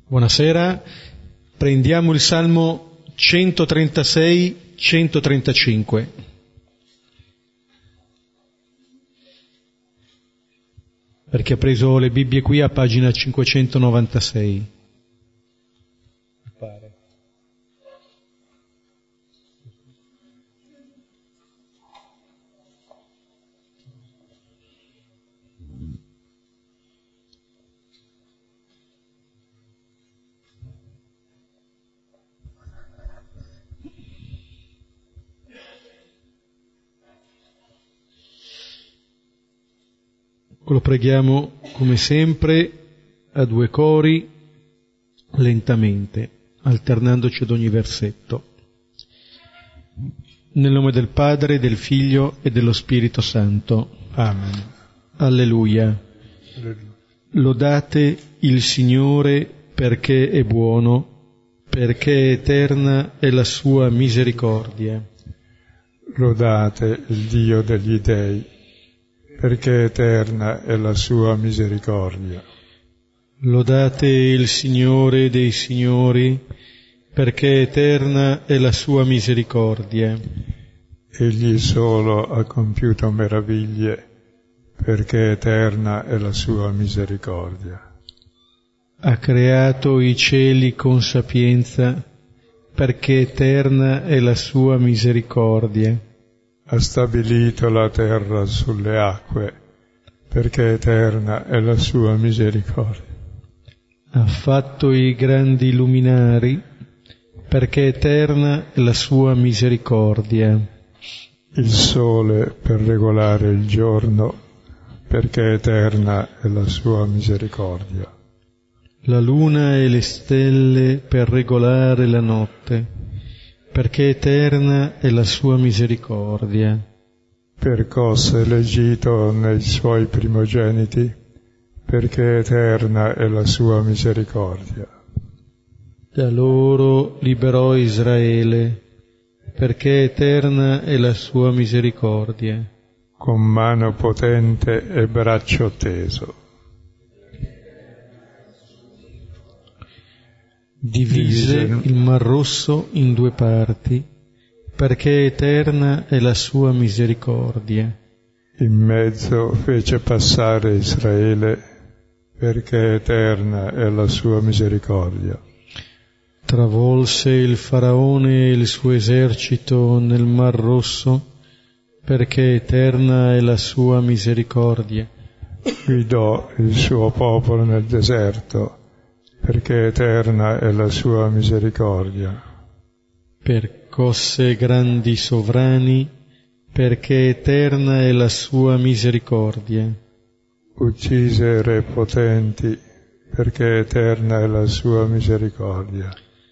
Buonasera, prendiamo il Salmo 136-135. Per chi ha preso le Bibbie qui a pagina 596. Lo preghiamo come sempre a due cori, lentamente, alternandoci ad ogni versetto. Nel nome del Padre, del Figlio e dello Spirito Santo. Amen. Alleluia. Lodate il Signore perché è buono, perché eterna è la sua misericordia. Lodate il Dio degli dei, perché eterna è la sua misericordia. Lodate il Signore dei Signori, perché eterna è la sua misericordia. Egli solo ha compiuto meraviglie, perché eterna è la sua misericordia. Ha creato i cieli con sapienza, perché eterna è la sua misericordia. Ha stabilito la terra sulle acque, perché eterna è la sua misericordia. Ha fatto i grandi luminari, perché eterna è la sua misericordia. Il sole per regolare il giorno, perché eterna è la sua misericordia. La luna e le stelle per regolare la notte, perché eterna è la sua misericordia. Percosse l'Egitto nei suoi primogeniti, perché eterna è la sua misericordia. Da loro liberò Israele, perché eterna è la sua misericordia. Con mano potente e braccio teso. Divise il Mar Rosso in due parti, perché eterna è la sua misericordia. In mezzo fece passare Israele, perché eterna è la sua misericordia. Travolse il Faraone e il suo esercito nel Mar Rosso, perché eterna è la sua misericordia. Guidò il suo popolo nel deserto, perché eterna è la sua misericordia. Percosse grandi sovrani, perché eterna è la sua misericordia. Uccise re potenti, perché eterna è la sua misericordia.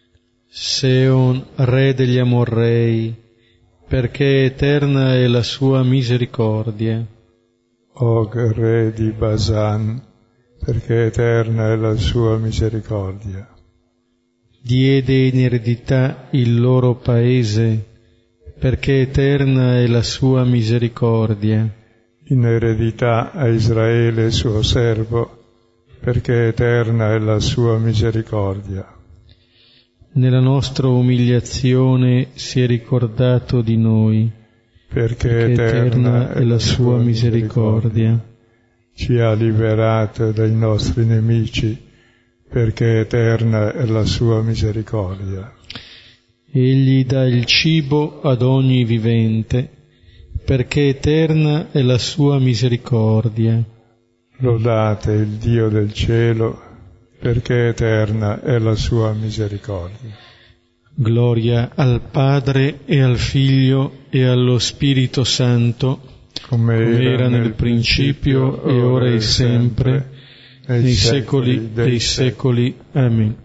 Seon, re degli Amorrei, perché eterna è la sua misericordia. Og, re di Basan, perché eterna è la sua misericordia. Diede in eredità il loro paese, perché eterna è la sua misericordia. In eredità a Israele suo servo, perché eterna è la sua misericordia. Nella nostra umiliazione si è ricordato di noi, perché eterna è la sua misericordia. Ci ha liberato dai nostri nemici, perché eterna è la sua misericordia. Egli dà il cibo ad ogni vivente, perché eterna è la sua misericordia. Lodate il Dio del cielo, perché eterna è la sua misericordia. Gloria al Padre e al Figlio e allo Spirito Santo, come era nel principio e ora e sempre, nei secoli dei secoli. Amen.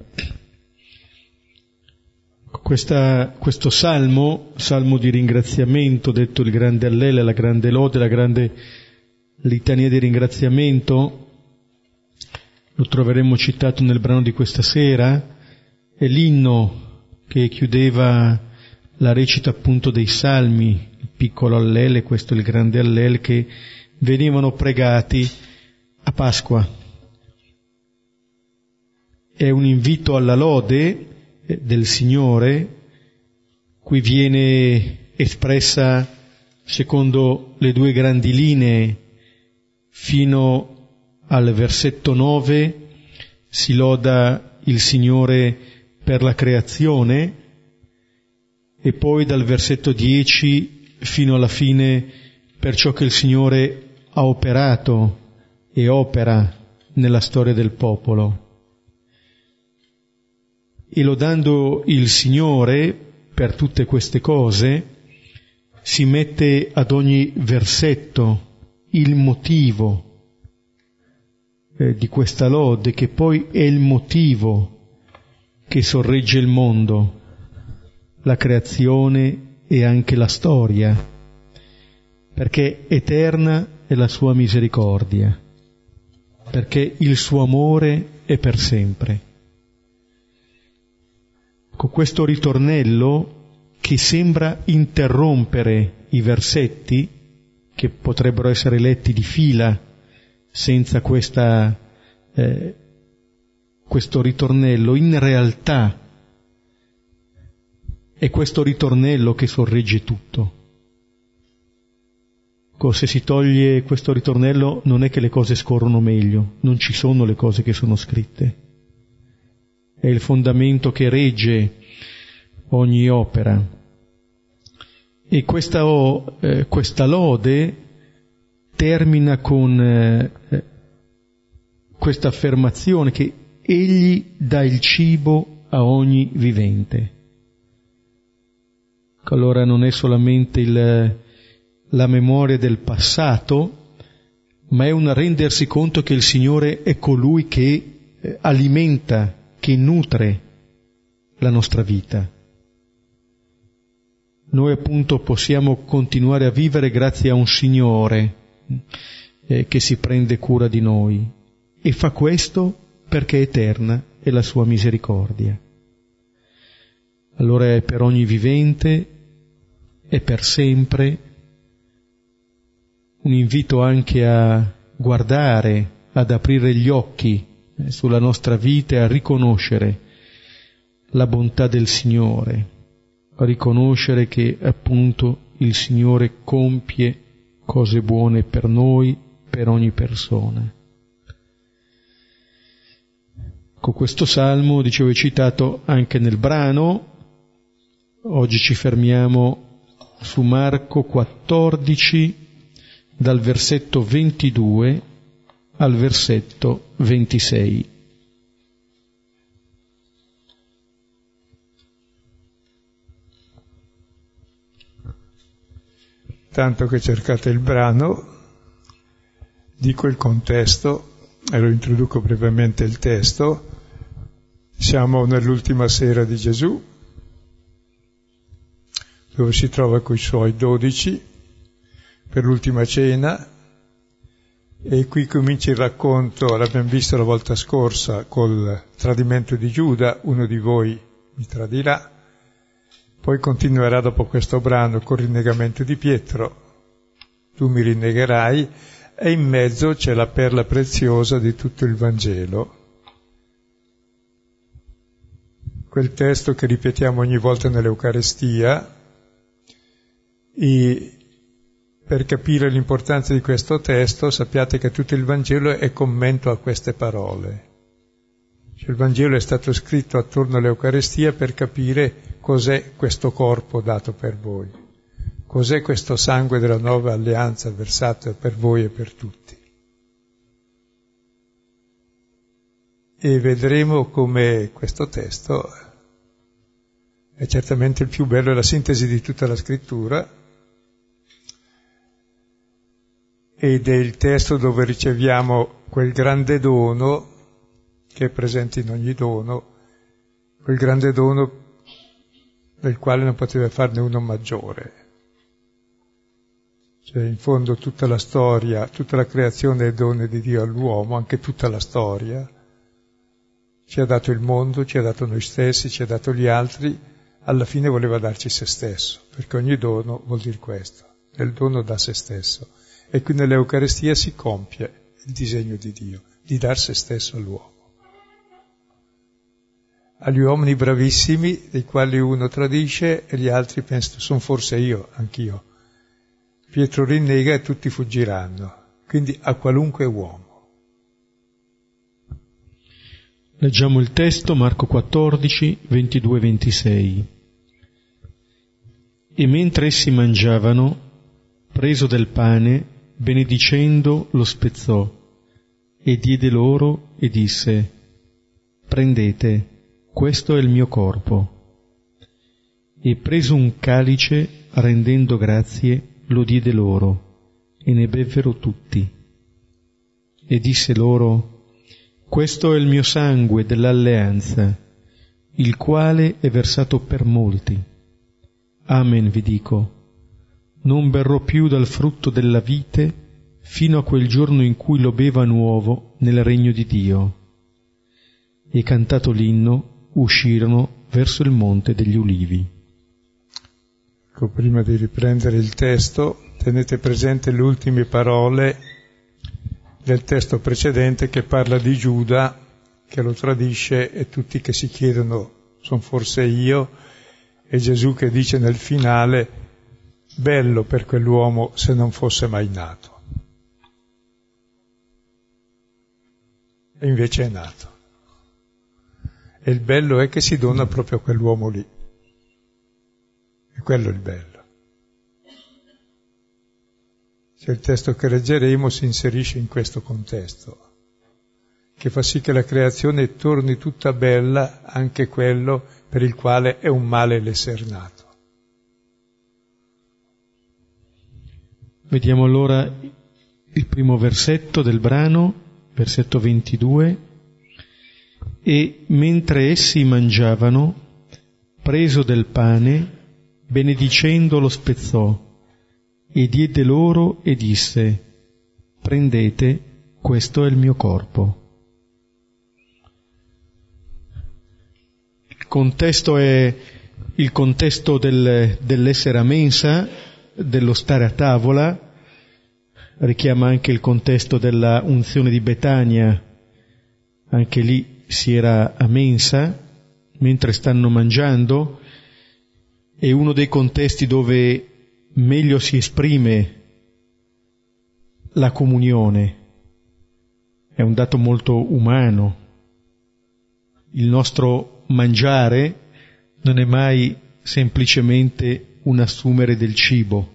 Questo salmo di ringraziamento, detto il grande Allele, la grande lode, la grande litania di ringraziamento, lo troveremo citato nel brano di questa sera, è l'inno che chiudeva la recita appunto dei salmi, il piccolo Allele, questo è il grande Allele, che venivano pregati a Pasqua. è un invito alla lode del Signore. Qui viene espressa secondo le due grandi linee. Fino al versetto 9 si loda il Signore per la creazione, e poi dal versetto 10 fino alla fine per ciò che il Signore ha operato e opera nella storia del popolo. E lodando il Signore per tutte queste cose, si mette ad ogni versetto il motivo di questa lode, che poi è il motivo che sorregge il mondo, la creazione e anche la storia, perché eterna è la sua misericordia, perché il suo amore è per sempre. Con questo ritornello che sembra interrompere i versetti, che potrebbero essere letti di fila senza questo ritornello, in realtà è questo ritornello che sorregge tutto. Se si toglie questo ritornello non è che le cose scorrono meglio, non ci sono le cose che sono scritte. È il fondamento che regge ogni opera. E questa lode termina con questa affermazione che Egli dà il cibo a ogni vivente. Allora non è solamente la memoria del passato, ma è un rendersi conto che il Signore è colui che alimenta, che nutre la nostra vita. Noi appunto possiamo continuare a vivere grazie a un Signore che si prende cura di noi, e fa questo perché eterna è la sua misericordia. Allora è per ogni vivente, è per sempre, un invito anche a guardare, ad aprire gli occhi sulla nostra vita e a riconoscere la bontà del Signore, a riconoscere che appunto il Signore compie cose buone per noi, per ogni persona. Con questo salmo, dicevo, è citato anche nel brano. Oggi ci fermiamo su Marco 14, dal versetto 22 al versetto 26. Tanto che cercate il brano, dico il contesto e lo introduco brevemente il testo. Siamo nell'ultima sera di Gesù, dove si trova coi suoi 12 per l'ultima cena, e qui comincia il racconto. L'abbiamo visto la volta scorsa col tradimento di Giuda: uno di voi mi tradirà. Poi continuerà dopo questo brano col rinnegamento di Pietro: tu mi rinnegherai, e in mezzo c'è la perla preziosa di tutto il Vangelo, quel testo che ripetiamo ogni volta nell'Eucarestia. E per capire l'importanza di questo testo sappiate che tutto il Vangelo è commento a queste parole. Cioè, il Vangelo è stato scritto attorno all'Eucarestia per capire cos'è questo corpo dato per voi, cos'è questo sangue della nuova alleanza versato per voi e per tutti. E vedremo come questo testo è certamente il più bello, è la sintesi di tutta la Scrittura, ed è il testo dove riceviamo quel grande dono che è presente in ogni dono, quel grande dono del quale non poteva farne uno maggiore. Cioè, in fondo tutta la storia, tutta la creazione è dono di Dio all'uomo, anche tutta la storia. Ci ha dato il mondo, ci ha dato noi stessi, ci ha dato gli altri, alla fine voleva darci se stesso, perché ogni dono vuol dire questo, nel dono da se stesso. E qui nell'Eucarestia si compie il disegno di Dio, di dar se stesso all'uomo. agli uomini bravissimi, dei quali uno tradisce e gli altri pensano, sono forse io, anch'io. Pietro rinnega e tutti fuggiranno, quindi a qualunque uomo. Leggiamo il testo, Marco 14, 22-26. E mentre essi mangiavano, preso del pane, benedicendo lo spezzò, e diede loro e disse: prendete, questo è il mio corpo. E preso un calice, rendendo grazie, lo diede loro, e ne bevvero tutti. E disse loro: questo è il mio sangue dell'alleanza, il quale è versato per molti. Amen vi dico, non berrò più dal frutto della vite fino a quel giorno in cui lo beva nuovo nel regno di Dio. E cantato l'inno, uscirono verso il monte degli Ulivi. Ecco, prima di riprendere il testo, tenete presente le ultime parole del testo precedente che parla di Giuda, che lo tradisce, e tutti che si chiedono, sono forse io, e Gesù che dice nel finale, bello per quell'uomo se non fosse mai nato. E invece è nato. E il bello è che si dona proprio a quell'uomo lì. E quello è il bello. Cioè il testo che leggeremo si inserisce in questo contesto, che fa sì che la creazione torni tutta bella, anche quello per il quale è un male l'essere nato. Vediamo allora il primo versetto del brano, versetto 22. E mentre essi mangiavano, preso del pane, benedicendo lo spezzò, e diede loro e disse: prendete, questo è il mio corpo. Il contesto è il contesto dell'essere a mensa, dello stare a tavola, richiama anche il contesto della unzione di Betania, anche lì si era a mensa, mentre stanno mangiando, è uno dei contesti dove meglio si esprime la comunione, è un dato molto umano. Il nostro mangiare non è mai semplicemente un assumere del cibo.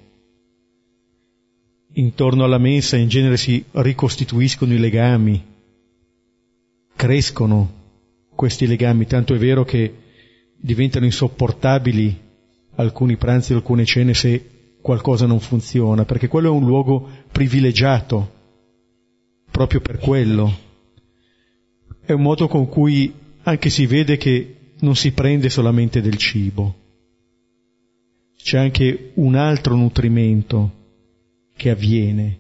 Intorno alla mensa in genere si ricostituiscono i legami, crescono questi legami, tanto è vero che diventano insopportabili alcuni pranzi o alcune cene se qualcosa non funziona, perché quello è un luogo privilegiato, proprio per quello. È un modo con cui anche si vede che non si prende solamente del cibo, c'è anche un altro nutrimento che avviene.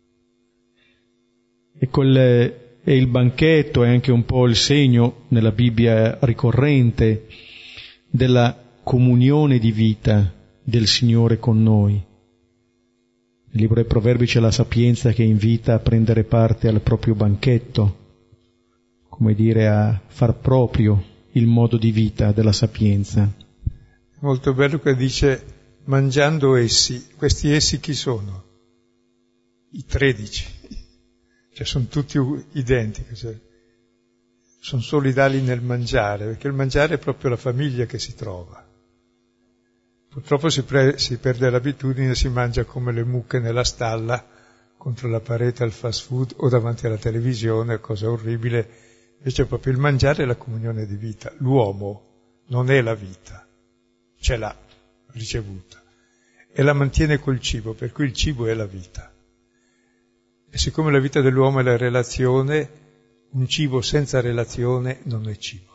E il banchetto è anche un po' il segno, nella Bibbia ricorrente, della comunione di vita del Signore con noi. Nel libro dei Proverbi c'è la sapienza che invita a prendere parte al proprio banchetto, come dire a far proprio il modo di vita della sapienza. Molto bello che dice mangiando essi. Questi essi chi sono? I 13. Cioè sono tutti identici, cioè, sono solidali nel mangiare, perché il mangiare è proprio la famiglia che si trova. Purtroppo si perde l'abitudine, si mangia come le mucche nella stalla, contro la parete al fast food o davanti alla televisione, cosa orribile. Invece proprio il mangiare è la comunione di vita. L'uomo non è la vita, ce l'ha ricevuta e la mantiene col cibo, per cui il cibo è la vita. E siccome la vita dell'uomo è la relazione, un cibo senza relazione non è cibo.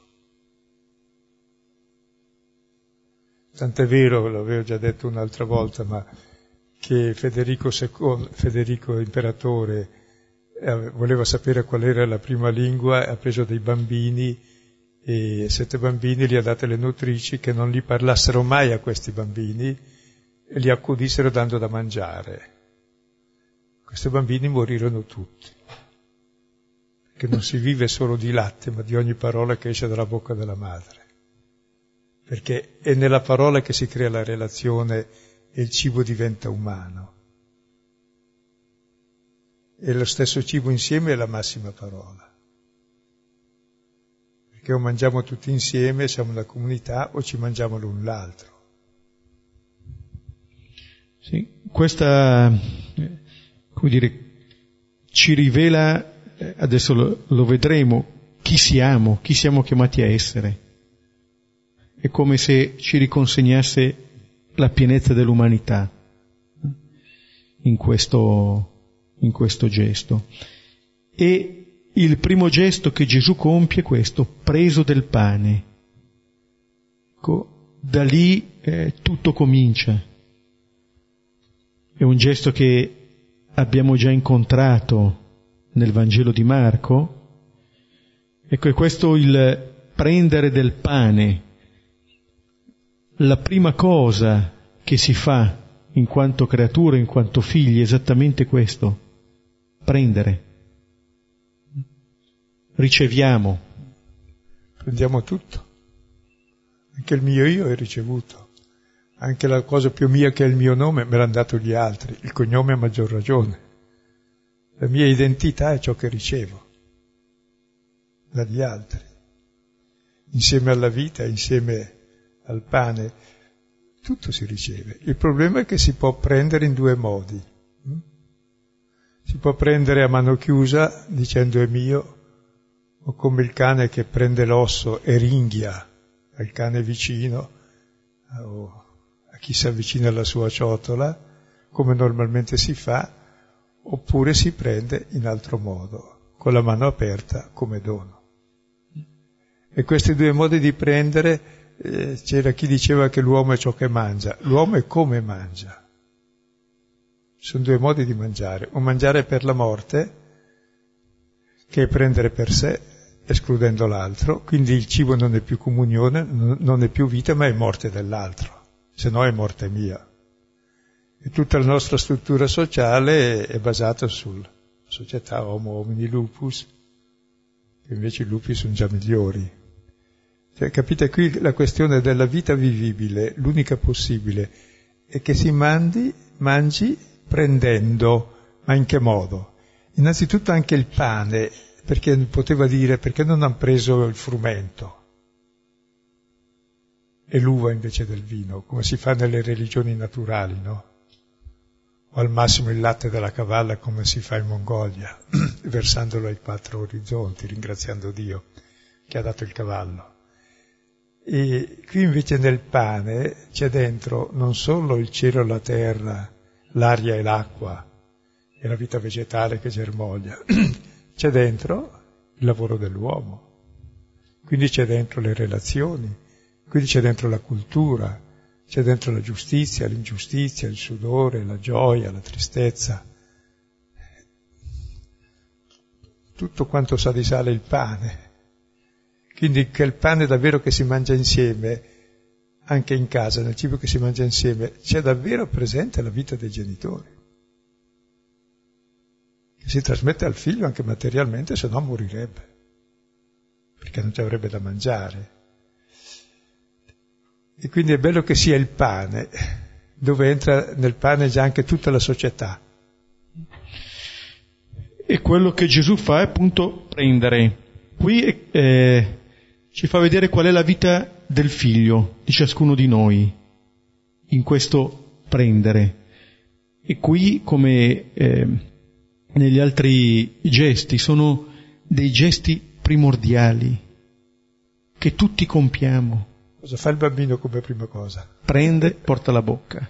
Tant'è vero, l'avevo già detto un'altra volta, ma che Federico Imperatore voleva sapere qual era la prima lingua, ha preso dei bambini e 7 bambini li ha date le nutrici che non li parlassero mai a questi bambini e li accudissero dando da mangiare. Questi bambini morirono tutti, perché non si vive solo di latte, ma di ogni parola che esce dalla bocca della madre. perché è nella parola che si crea la relazione e il cibo diventa umano. E lo stesso cibo insieme è la massima parola. Perché o mangiamo tutti insieme, siamo una comunità, o ci mangiamo l'un l'altro. Sì, questa, come dire, ci rivela, adesso lo vedremo, chi siamo chiamati a essere. È come se ci riconsegnasse la pienezza dell'umanità in questo gesto. E il primo gesto che Gesù compie è questo, preso del pane. Ecco, da lì tutto comincia. È un gesto che abbiamo già incontrato nel Vangelo di Marco. Ecco, è questo il prendere del pane. La prima cosa che si fa in quanto creatura, in quanto figli, è esattamente questo, prendere. Riceviamo. Prendiamo tutto. Anche il mio io è ricevuto. Anche la cosa più mia che è il mio nome me l'hanno dato gli altri. Il cognome a maggior ragione. La mia identità è ciò che ricevo dagli altri. Insieme alla vita, insieme al pane, tutto si riceve. Il problema è che si può prendere in due modi. Si può prendere a mano chiusa dicendo è mio, o come il cane che prende l'osso e ringhia al cane vicino o a chi si avvicina alla sua ciotola, come normalmente si fa, oppure si prende in altro modo, con la mano aperta come dono. E questi due modi di prendere, c'era chi diceva che l'uomo è ciò che mangia, l'uomo è come mangia. Sono due modi di mangiare, o mangiare per la morte, che è prendere per sé, escludendo l'altro, quindi il cibo non è più comunione, non è più vita, ma è morte dell'altro, se no è morte mia. E tutta la nostra struttura sociale è basata sulla società homo homini lupus, che invece i lupi sono già migliori. Cioè, capite, qui la questione della vita vivibile, l'unica possibile, è che si mangi prendendo, ma in che modo? Innanzitutto anche il pane, perché poteva dire perché non hanno preso il frumento e l'uva invece del vino, come si fa nelle religioni naturali, no? O al massimo il latte della cavalla come si fa in Mongolia, versandolo ai quattro orizzonti, ringraziando Dio che ha dato il cavallo. E qui invece nel pane c'è dentro non solo il cielo e la terra, l'aria e l'acqua, e la vita vegetale che germoglia, c'è dentro il lavoro dell'uomo, quindi c'è dentro le relazioni, quindi c'è dentro la cultura, c'è dentro la giustizia, l'ingiustizia, il sudore, la gioia, la tristezza, tutto quanto sa di sale il pane. Quindi quel pane davvero che si mangia insieme, anche in casa, nel cibo che si mangia insieme, c'è davvero presente la vita dei genitori, che si trasmette al figlio anche materialmente, se no morirebbe, perché non ci avrebbe da mangiare. E quindi è bello che sia il pane, dove entra nel pane già anche tutta la società. E quello che Gesù fa è appunto prendere. Qui ci fa vedere qual è la vita del figlio, di ciascuno di noi, in questo prendere. E qui, come negli altri gesti, sono dei gesti primordiali che tutti compiamo. Cosa fa il bambino come prima cosa? Prende, porta alla bocca.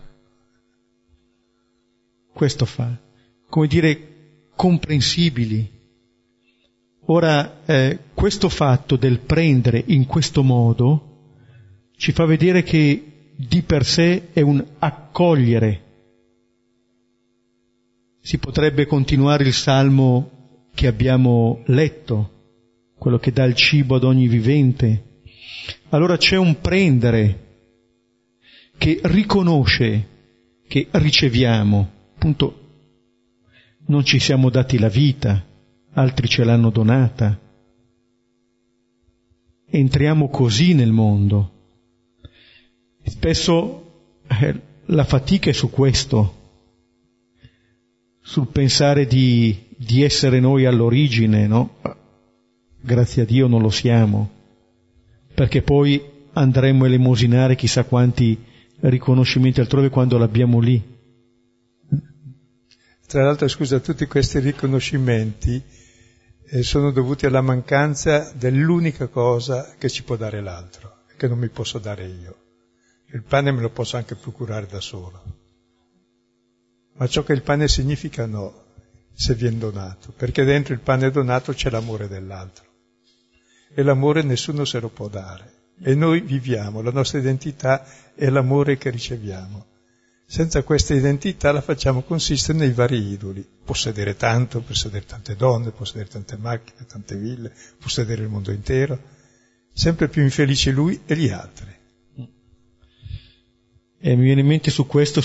Questo fa. Come dire, comprensibili. Ora, questo fatto del prendere in questo modo ci fa vedere che di per sé è un accogliere. Si potrebbe continuare il salmo che abbiamo letto, quello che dà il cibo ad ogni vivente. Allora c'è un prendere che riconosce che riceviamo, appunto, non ci siamo dati la vita, altri ce l'hanno donata. Entriamo così nel mondo. Spesso la fatica è su questo, sul pensare di essere noi all'origine, no? Grazie a Dio non lo siamo, perché poi andremo a elemosinare chissà quanti riconoscimenti altrove quando l'abbiamo lì. Tra l'altro, scusa, tutti questi riconoscimenti sono dovuti alla mancanza dell'unica cosa che ci può dare l'altro, che non mi posso dare io. Il pane me lo posso anche procurare da solo, ma ciò che il pane significa no, se viene donato, perché dentro il pane donato c'è l'amore dell'altro, e l'amore nessuno se lo può dare, e noi viviamo, la nostra identità è l'amore che riceviamo. Senza questa identità la facciamo consistere nei vari idoli, possedere tanto, possedere tante donne, possedere tante macchine, tante ville, possedere il mondo intero, sempre più infelice lui e gli altri. E mi viene in mente su questo,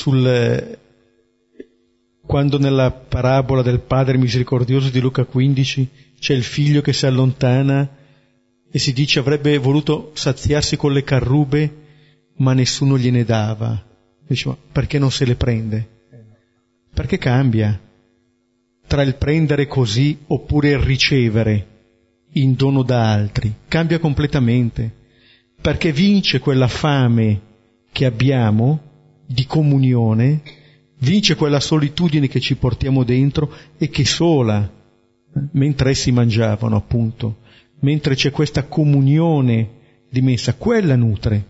quando nella parabola del Padre misericordioso di Luca 15 c'è il figlio che si allontana e si dice avrebbe voluto saziarsi con le carrube, ma nessuno gliene dava. Dice, ma perché non se le prende? Perché cambia tra il prendere così oppure il ricevere in dono da altri. Cambia completamente, perché vince quella fame che abbiamo di comunione, vince quella solitudine che ci portiamo dentro e che sola, mentre essi mangiavano appunto, mentre c'è questa comunione di messa, quella nutre.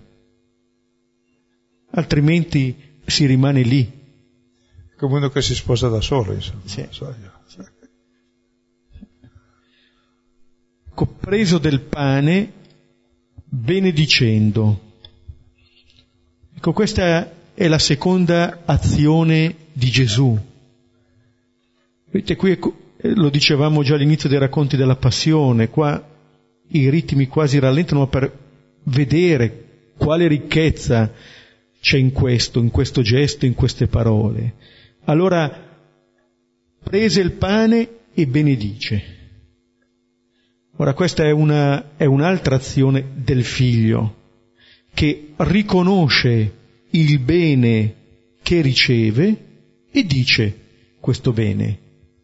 Altrimenti si rimane lì. Come uno che si sposa da solo, insomma. Sì. Non so io. Preso del pane, benedicendo. Ecco, questa è la seconda azione di Gesù. Vedete, qui lo dicevamo già all'inizio dei racconti della Passione, qua i ritmi quasi rallentano per vedere quale ricchezza c'è in questo gesto, in queste parole. Allora, prese il pane e benedice. Ora, questa è un'altra azione del Figlio, che riconosce il bene che riceve e dice questo bene.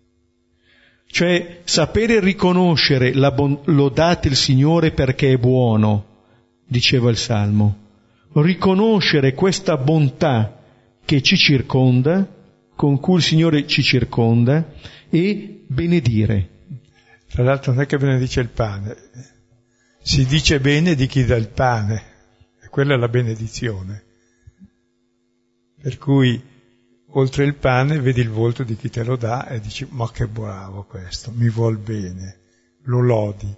Cioè, sapere riconoscere lodate il Signore perché è buono, diceva il Salmo. Riconoscere questa bontà che ci circonda, con cui il Signore ci circonda, e benedire. Tra l'altro non è che benedice il pane, si dice bene di chi dà il pane, e quella è la benedizione. Per cui, oltre il pane, vedi il volto di chi te lo dà e dici, ma che bravo questo, mi vuol bene, lo lodi.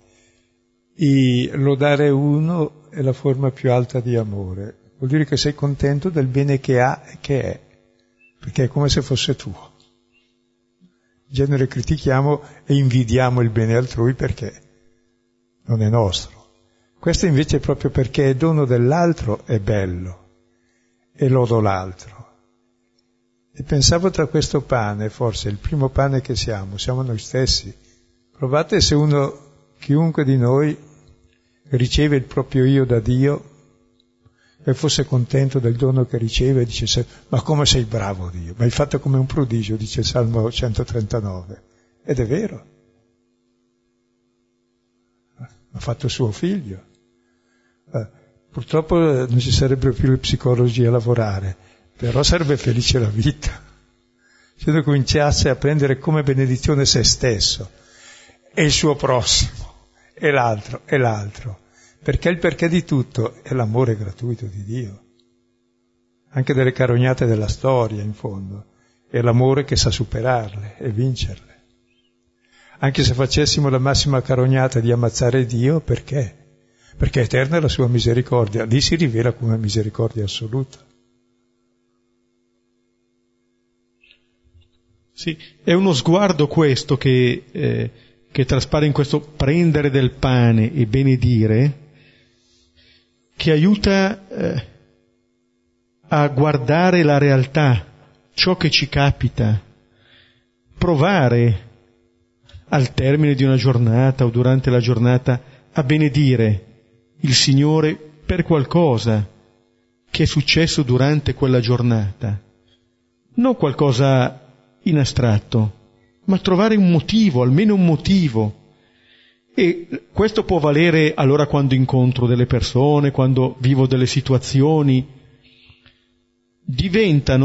E lodare uno è la forma più alta di amore, vuol dire che sei contento del bene che ha e che è, perché è come se fosse tuo. In genere critichiamo e invidiamo il bene altrui perché non è nostro. Questo invece proprio perché è dono dell'altro è bello e lodo l'altro. E pensavo tra questo pane, forse il primo pane che siamo noi stessi. Provate se chiunque di noi riceve il proprio io da Dio e fosse contento del dono che riceve e dice, ma come sei bravo Dio, ma hai fatto come un prodigio, dice il Salmo 139. Ed è vero. Ha fatto suo figlio. Purtroppo non ci sarebbero più le psicologi a lavorare, però sarebbe felice la vita. Se uno cominciasse a prendere come benedizione se stesso e il suo prossimo e l'altro, perché il perché di tutto è l'amore gratuito di Dio, anche delle carognate della storia in fondo, è l'amore che sa superarle e vincerle. Anche se facessimo la massima carognata di ammazzare Dio, perché? Perché eterna è la sua misericordia, lì si rivela come misericordia assoluta. Sì, è uno sguardo questo che traspare in questo prendere del pane e benedire, che aiuta a guardare la realtà, ciò che ci capita, provare al termine di una giornata o durante la giornata a benedire il Signore per qualcosa che è successo durante quella giornata. Non qualcosa in astratto, ma trovare un motivo, almeno un motivo. E questo può valere allora quando incontro delle persone, quando vivo delle situazioni. Diventa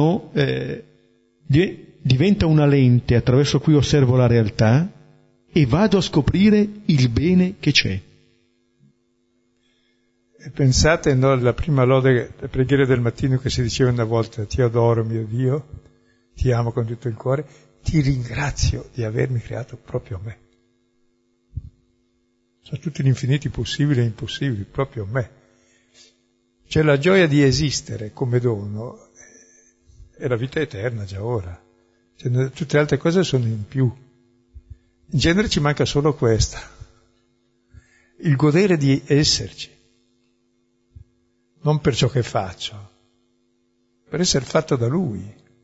una lente attraverso cui osservo la realtà e vado a scoprire il bene che c'è. E pensate, no, alla prima lode, la preghiera del mattino che si diceva una volta: ti adoro mio Dio, ti amo con tutto il cuore, ti ringrazio di avermi creato proprio a me. Sono tutti gli infiniti possibili e impossibili, proprio a me. C'è la gioia di esistere come dono e la vita eterna già ora. Cioè, tutte le altre cose sono in più. In genere ci manca solo questa, il godere di esserci, non per ciò che faccio, per essere fatto da Lui,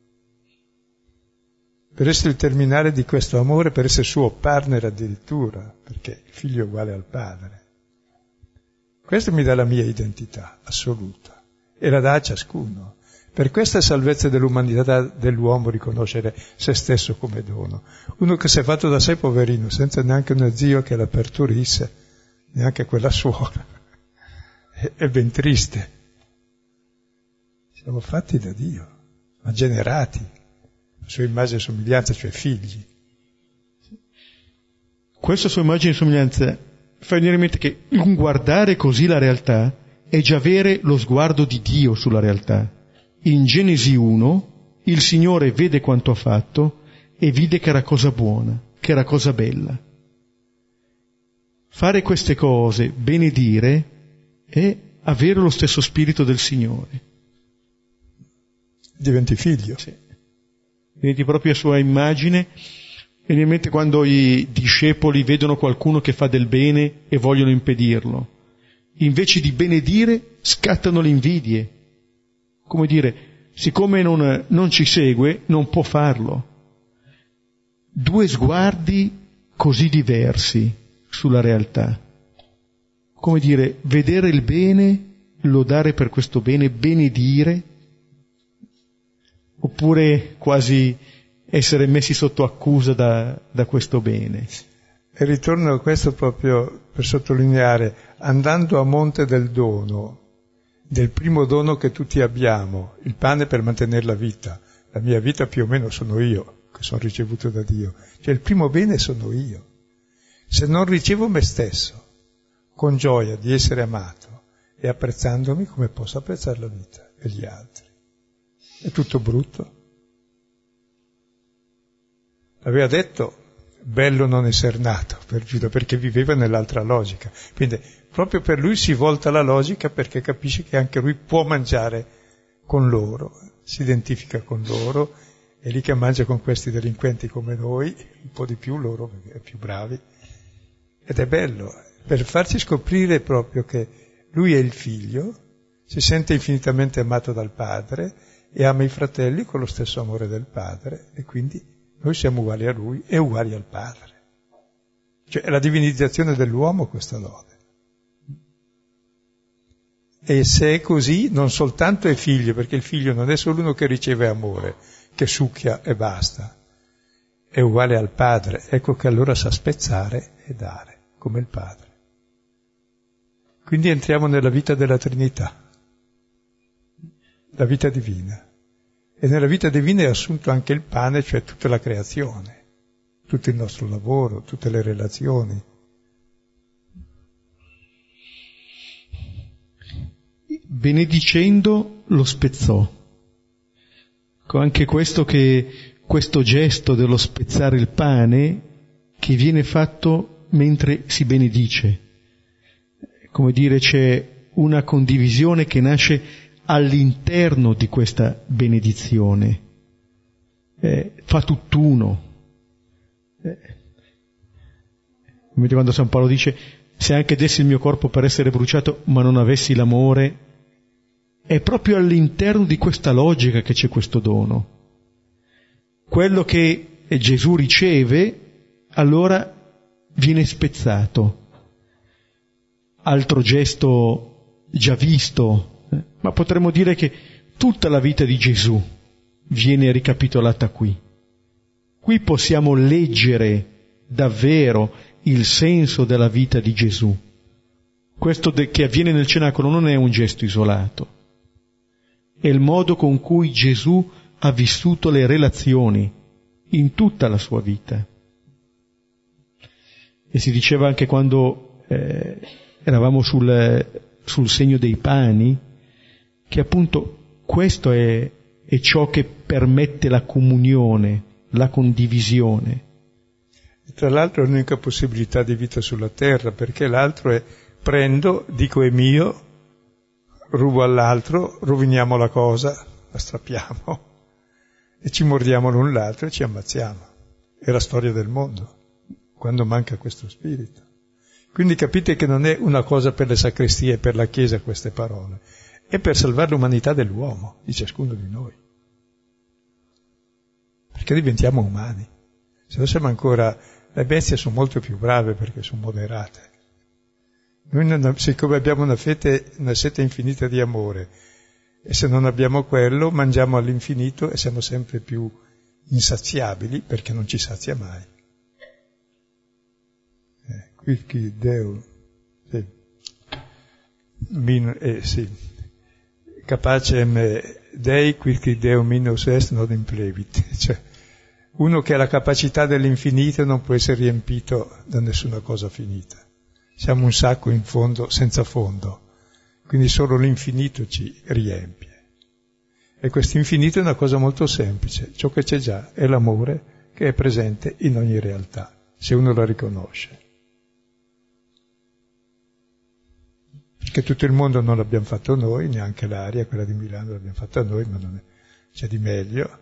per essere il terminale di questo amore, per essere suo partner addirittura, perché il figlio è uguale al padre. Questo mi dà la mia identità assoluta e la dà a ciascuno. Per questa salvezza dell'umanità dell'uomo riconoscere se stesso come dono. Uno che si è fatto da sé poverino, senza neanche uno zio che la partorisse, neanche quella suora, è ben triste. Siamo fatti da Dio, ma generati, a sua immagine e somiglianza, cioè figli. Questa sua immagine e somiglianza fa venire in mente che un guardare così la realtà è già avere lo sguardo di Dio sulla realtà. In Genesi 1 il Signore vede quanto ha fatto e vide che era cosa buona, che era cosa bella. Fare queste cose, benedire, è avere lo stesso spirito del Signore. Diventi figlio. Sì. Diventi proprio a sua immagine. Viene in mente quando i discepoli vedono qualcuno che fa del bene e vogliono impedirlo. Invece di benedire scattano le invidie. Come dire, siccome non ci segue, non può farlo. Due sguardi così diversi sulla realtà. Come dire, vedere il bene, lodare per questo bene, benedire, oppure quasi essere messi sotto accusa da questo bene. E ritorno a questo proprio per sottolineare, andando a monte del dono, del primo dono che tutti abbiamo, il pane per mantenere la vita. La mia vita più o meno sono io, che sono ricevuto da Dio. Cioè il primo bene sono io. Se non ricevo me stesso, con gioia di essere amato e apprezzandomi, come posso apprezzare la vita e gli altri? È tutto brutto. Aveva detto, bello non essere nato per Giuda, perché viveva nell'altra logica. Quindi proprio per lui si volta la logica, perché capisce che anche lui può mangiare con loro, si identifica con loro, è lì che mangia con questi delinquenti come noi, un po' di più loro, perché è più bravi. Ed è bello, per farci scoprire proprio che lui è il figlio, si sente infinitamente amato dal padre e ama i fratelli con lo stesso amore del padre, e quindi noi siamo uguali a lui e uguali al padre. Cioè è la divinizzazione dell'uomo questa lode. E se è così, non soltanto è figlio, perché il figlio non è solo uno che riceve amore, che succhia e basta, è uguale al padre. Ecco che allora sa spezzare e dare, come il padre. Quindi entriamo nella vita della Trinità, la vita divina. E nella vita divina è assunto anche il pane, cioè tutta la creazione, tutto il nostro lavoro, tutte le relazioni. Benedicendo lo spezzò. Anche questo gesto dello spezzare il pane che viene fatto mentre si benedice. Come dire, c'è una condivisione che nasce all'interno di questa benedizione. Fa tutt'uno. Come quando San Paolo dice, se anche dessi il mio corpo per essere bruciato ma non avessi l'amore, è proprio all'interno di questa logica che c'è questo dono. Quello che Gesù riceve, allora viene spezzato. Altro gesto già visto Ma potremmo dire che tutta la vita di Gesù viene ricapitolata qui. Qui possiamo leggere davvero il senso della vita di Gesù. Questo che avviene nel cenacolo non è un gesto isolato, è il modo con cui Gesù ha vissuto le relazioni in tutta la sua vita. E si diceva anche quando eravamo sul segno dei pani, che appunto questo è ciò che permette la comunione, la condivisione. Tra l'altro è l'unica possibilità di vita sulla terra, perché l'altro è prendo, dico è mio, rubo all'altro, roviniamo la cosa, la strappiamo e ci mordiamo l'un l'altro e ci ammazziamo. È la storia del mondo, quando manca questo spirito. Quindi capite che non è una cosa per le sacrestie e per la Chiesa queste parole, è per salvare l'umanità dell'uomo, di ciascuno di noi. Perché diventiamo umani. Se no siamo ancora... Le bestie sono molto più brave perché sono moderate. Noi, siccome abbiamo una sete infinita di amore, e se non abbiamo quello, mangiamo all'infinito e siamo sempre più insaziabili perché non ci sazia mai. Qui Deo, sì. Capacem Dei, quid Deo minus est non implevit. Cioè, uno che ha la capacità dell'infinito non può essere riempito da nessuna cosa finita. Siamo un sacco in fondo, senza fondo, quindi solo l'infinito ci riempie. E questo infinito è una cosa molto semplice, ciò che c'è già è l'amore che è presente in ogni realtà, se uno la riconosce. Perché tutto il mondo non l'abbiamo fatto noi, neanche l'aria, quella di Milano l'abbiamo fatta noi, ma non è, c'è di meglio.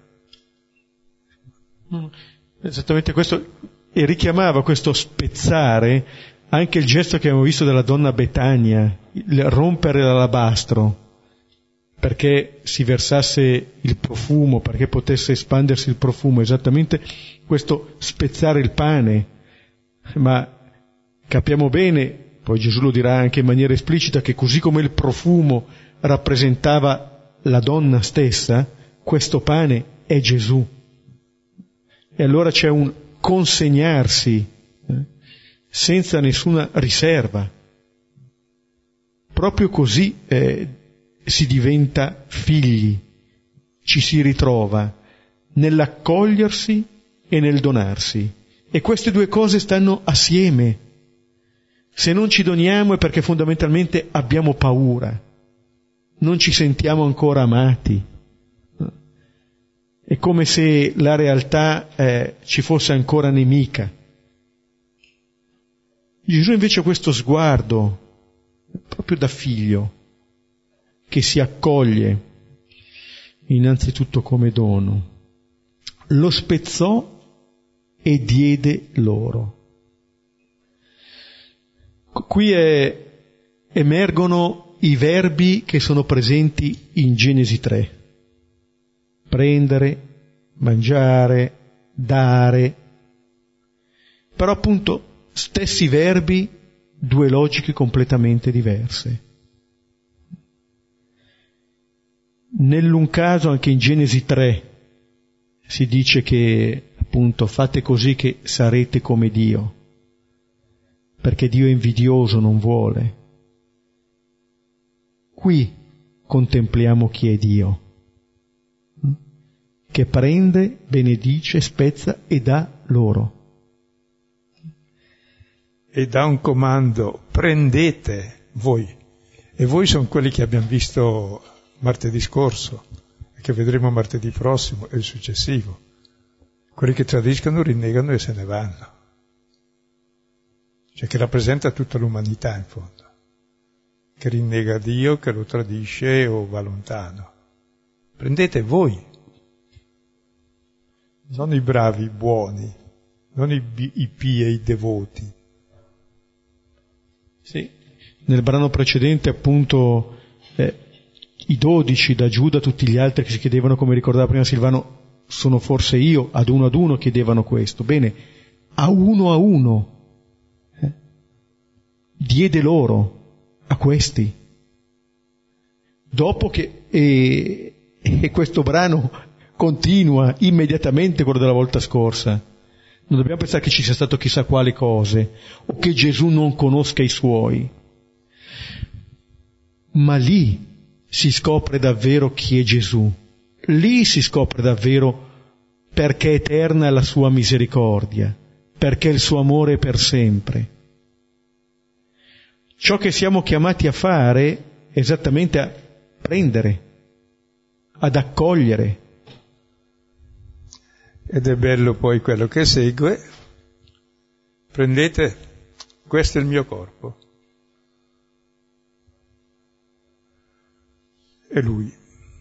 Esattamente questo, e richiamava questo spezzare anche il gesto che abbiamo visto della donna Betania, il rompere l'alabastro perché si versasse il profumo, perché potesse espandersi il profumo, esattamente questo spezzare il pane. Ma capiamo bene, poi Gesù lo dirà anche in maniera esplicita, che così come il profumo rappresentava la donna stessa, questo pane è Gesù. E allora c'è un consegnarsi senza nessuna riserva. Proprio così si diventa figli, ci si ritrova nell'accogliersi e nel donarsi. E queste due cose stanno assieme. Se non ci doniamo è perché fondamentalmente abbiamo paura, non ci sentiamo ancora amati. È come se la realtà ci fosse ancora nemica. Gesù invece ha questo sguardo, proprio da figlio, che si accoglie innanzitutto come dono. Lo spezzò e diede loro. Qui emergono i verbi che sono presenti in Genesi 3. Prendere, mangiare, dare. Però appunto stessi verbi, due logiche completamente diverse. Nell'un caso, anche in Genesi 3, si dice che appunto fate così che sarete come Dio, perché Dio è invidioso, non vuole. Qui contempliamo chi è Dio, che prende, benedice, spezza e dà loro. E dà un comando, prendete voi. E voi sono quelli che abbiamo visto martedì scorso, e che vedremo martedì prossimo e il successivo. Quelli che tradiscono, rinnegano e se ne vanno. Cioè che rappresenta tutta l'umanità in fondo, che rinnega Dio, che lo tradisce o va lontano. Prendete voi, non i bravi, i buoni, non i pii e i devoti. Sì, nel brano precedente appunto i 12 da Giuda, tutti gli altri che si chiedevano, come ricordava prima Silvano, sono forse io, ad uno chiedevano questo. Bene, a uno diede loro a questi. dopo che e questo brano continua immediatamente quello della volta scorsa. Non dobbiamo pensare che ci sia stato chissà quali cose o che Gesù non conosca i suoi, ma lì si scopre davvero chi è Gesù, lì si scopre davvero perché è eterna la sua misericordia, perché il suo amore è per sempre. Ciò che siamo chiamati a fare è esattamente a prendere, ad accogliere. Ed è bello poi quello che segue: prendete, questo è il mio corpo. E lui.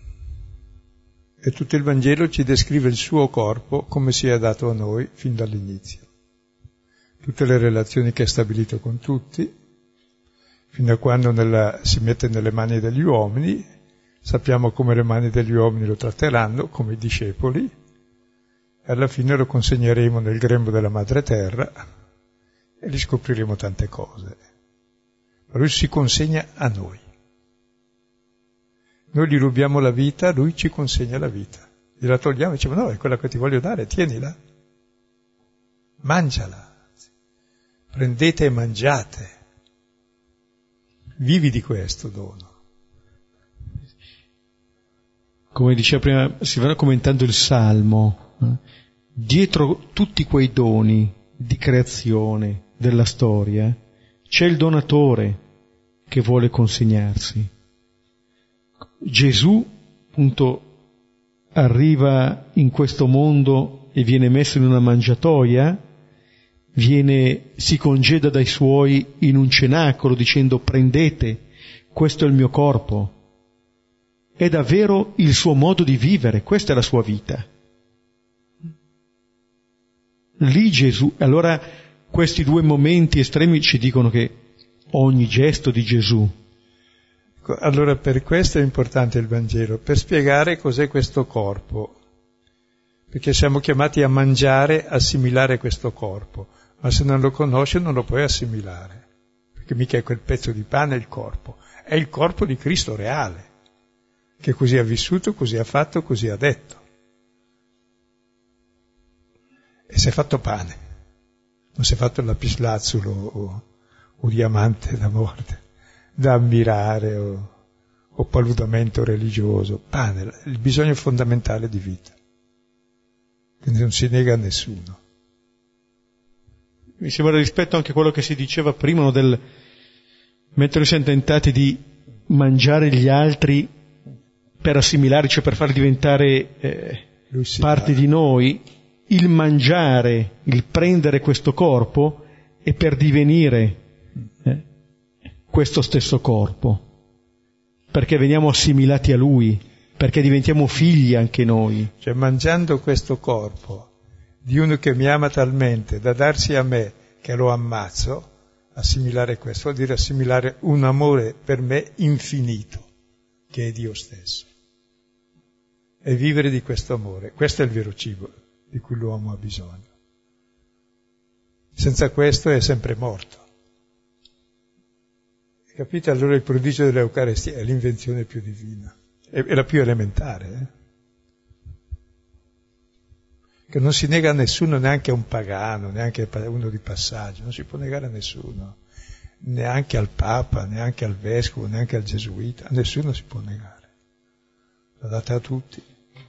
E tutto il Vangelo ci descrive il suo corpo come si è dato a noi fin dall'inizio. Tutte le relazioni che ha stabilito con tutti, fino a quando si mette nelle mani degli uomini. Sappiamo come le mani degli uomini lo tratteranno, come i discepoli, e alla fine lo consegneremo nel grembo della madre terra e gli scopriremo tante cose. Ma lui si consegna a noi. Noi gli rubiamo la vita, lui ci consegna la vita. Gliela togliamo e diciamo: no, è quella che ti voglio dare, tienila. Mangiala. Prendete e mangiate. Vivi di questo dono. Come diceva prima, si va commentando il Salmo, dietro tutti quei doni di creazione della storia c'è il donatore che vuole consegnarsi. Gesù, appunto, arriva in questo mondo e viene messo in una mangiatoia, si congeda dai suoi in un cenacolo dicendo: prendete, questo è il mio corpo. È davvero il suo modo di vivere, questa è la sua vita. Lì Gesù, allora questi due momenti estremi ci dicono che ogni gesto di Gesù. Allora per questo è importante il Vangelo, per spiegare cos'è questo corpo, perché siamo chiamati a mangiare, assimilare questo corpo, ma se non lo conosci non lo puoi assimilare, perché mica è quel pezzo di pane il corpo, è il corpo di Cristo reale, che così ha vissuto, così ha fatto, così ha detto. E si è fatto pane, non si è fatto lapislazzulo o diamante da morte, da ammirare o paludamento religioso. Pane, il bisogno fondamentale di vita, che non si nega a nessuno. Mi sembra rispetto anche a quello che si diceva prima, del mentre siamo tentati di mangiare gli altri per assimilare, cioè per far diventare parte di noi, il mangiare, il prendere questo corpo è per divenire questo stesso corpo, perché veniamo assimilati a lui, perché diventiamo figli anche noi. Cioè mangiando questo corpo di uno che mi ama talmente da darsi a me che lo ammazzo, assimilare questo vuol dire assimilare un amore per me infinito, che è Dio stesso. E vivere di questo amore, questo è il vero cibo di cui l'uomo ha bisogno. Senza questo è sempre morto. Capite? Allora il prodigio dell'Eucaristia è l'invenzione più divina, è la più elementare, che non si nega a nessuno, neanche a un pagano, neanche a uno di passaggio, non si può negare a nessuno, neanche al Papa, neanche al Vescovo, neanche al Gesuita, a nessuno si può negare. L'ha data a tutti.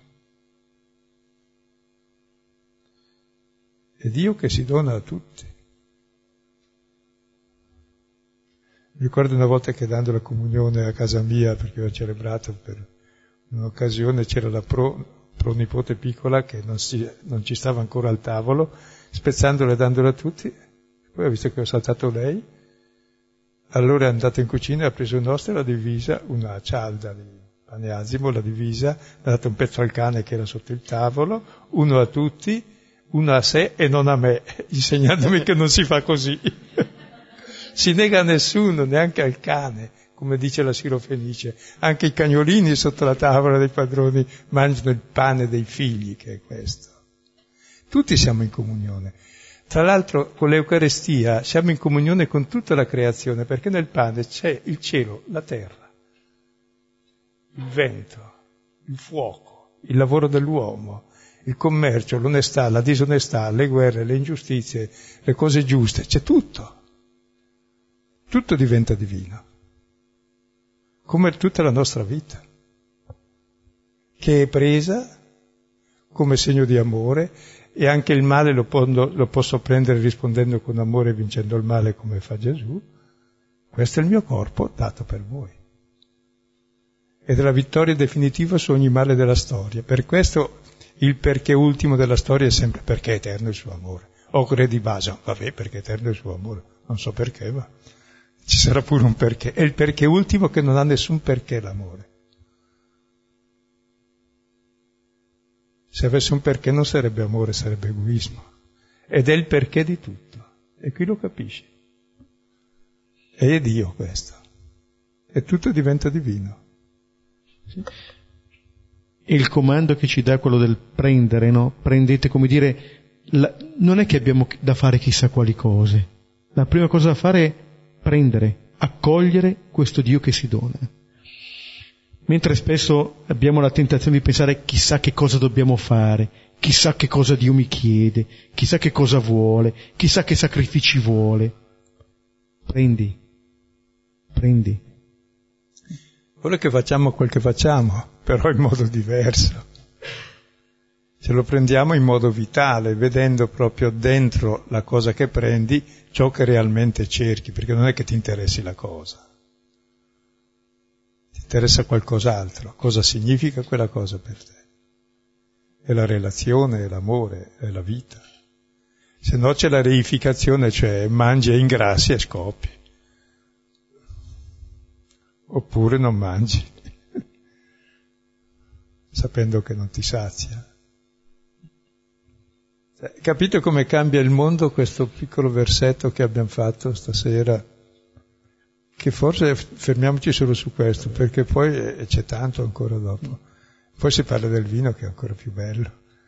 È Dio che si dona a tutti. Mi ricordo una volta che dando la comunione a casa mia, perché ho celebrato per un'occasione, c'era la pronipote piccola che non ci stava ancora al tavolo, spezzandola e dandola a tutti. Poi ho visto che ho saltato lei, allora è andato in cucina, ha preso il nostro e la divisa, una cialda di pane azimo, la divisa, ha dato un pezzo al cane che era sotto il tavolo, uno a tutti, uno a sé e non a me, insegnandomi che non si fa così. Si nega a nessuno, neanche al cane, come dice la Sirofenice. Anche i cagnolini sotto la tavola dei padroni mangiano il pane dei figli, che è questo. Tutti siamo in comunione. Tra l'altro con l'Eucaristia siamo in comunione con tutta la creazione, perché nel pane c'è il cielo, la terra. il vento, il fuoco, il lavoro dell'uomo, il commercio, l'onestà, la disonestà, le guerre, le ingiustizie, le cose giuste, c'è tutto. Tutto diventa divino, come tutta la nostra vita, che è presa come segno di amore, e anche il male lo posso prendere rispondendo con amore e vincendo il male come fa Gesù. Questo è il mio corpo dato per voi. Ed è la vittoria definitiva su ogni male della storia. Per questo il perché ultimo della storia è sempre perché è eterno il suo amore. O credi base, vabbè, perché è eterno il suo amore. Non so perché, ma ci sarà pure un perché. È il perché ultimo che non ha nessun perché l'amore. Se avesse un perché non sarebbe amore, sarebbe egoismo. Ed è il perché di tutto. E qui lo capisci. E è Dio questo. E tutto diventa divino. Sì. E il comando che ci dà quello del prendere, no? Prendete, come dire, non è che abbiamo da fare chissà quali cose. La prima cosa da fare è prendere, accogliere questo Dio che si dona. Mentre spesso abbiamo la tentazione di pensare chissà che cosa dobbiamo fare, chissà che cosa Dio mi chiede, chissà che cosa vuole, chissà che sacrifici vuole. Prendi. Vuole che facciamo quel che facciamo, però in modo diverso. Ce lo prendiamo in modo vitale, vedendo proprio dentro la cosa che prendi ciò che realmente cerchi, perché non è che ti interessi la cosa. Interessa qualcos'altro, cosa significa quella cosa per te. È la relazione, è l'amore, è la vita. Se no c'è la reificazione, cioè mangi e ingrassi e scoppi. Oppure non mangi, sapendo che non ti sazia. Capite come cambia il mondo questo piccolo versetto che abbiamo fatto stasera? Che forse fermiamoci solo su questo, perché poi c'è tanto ancora dopo. Poi si parla del vino, che è ancora più bello.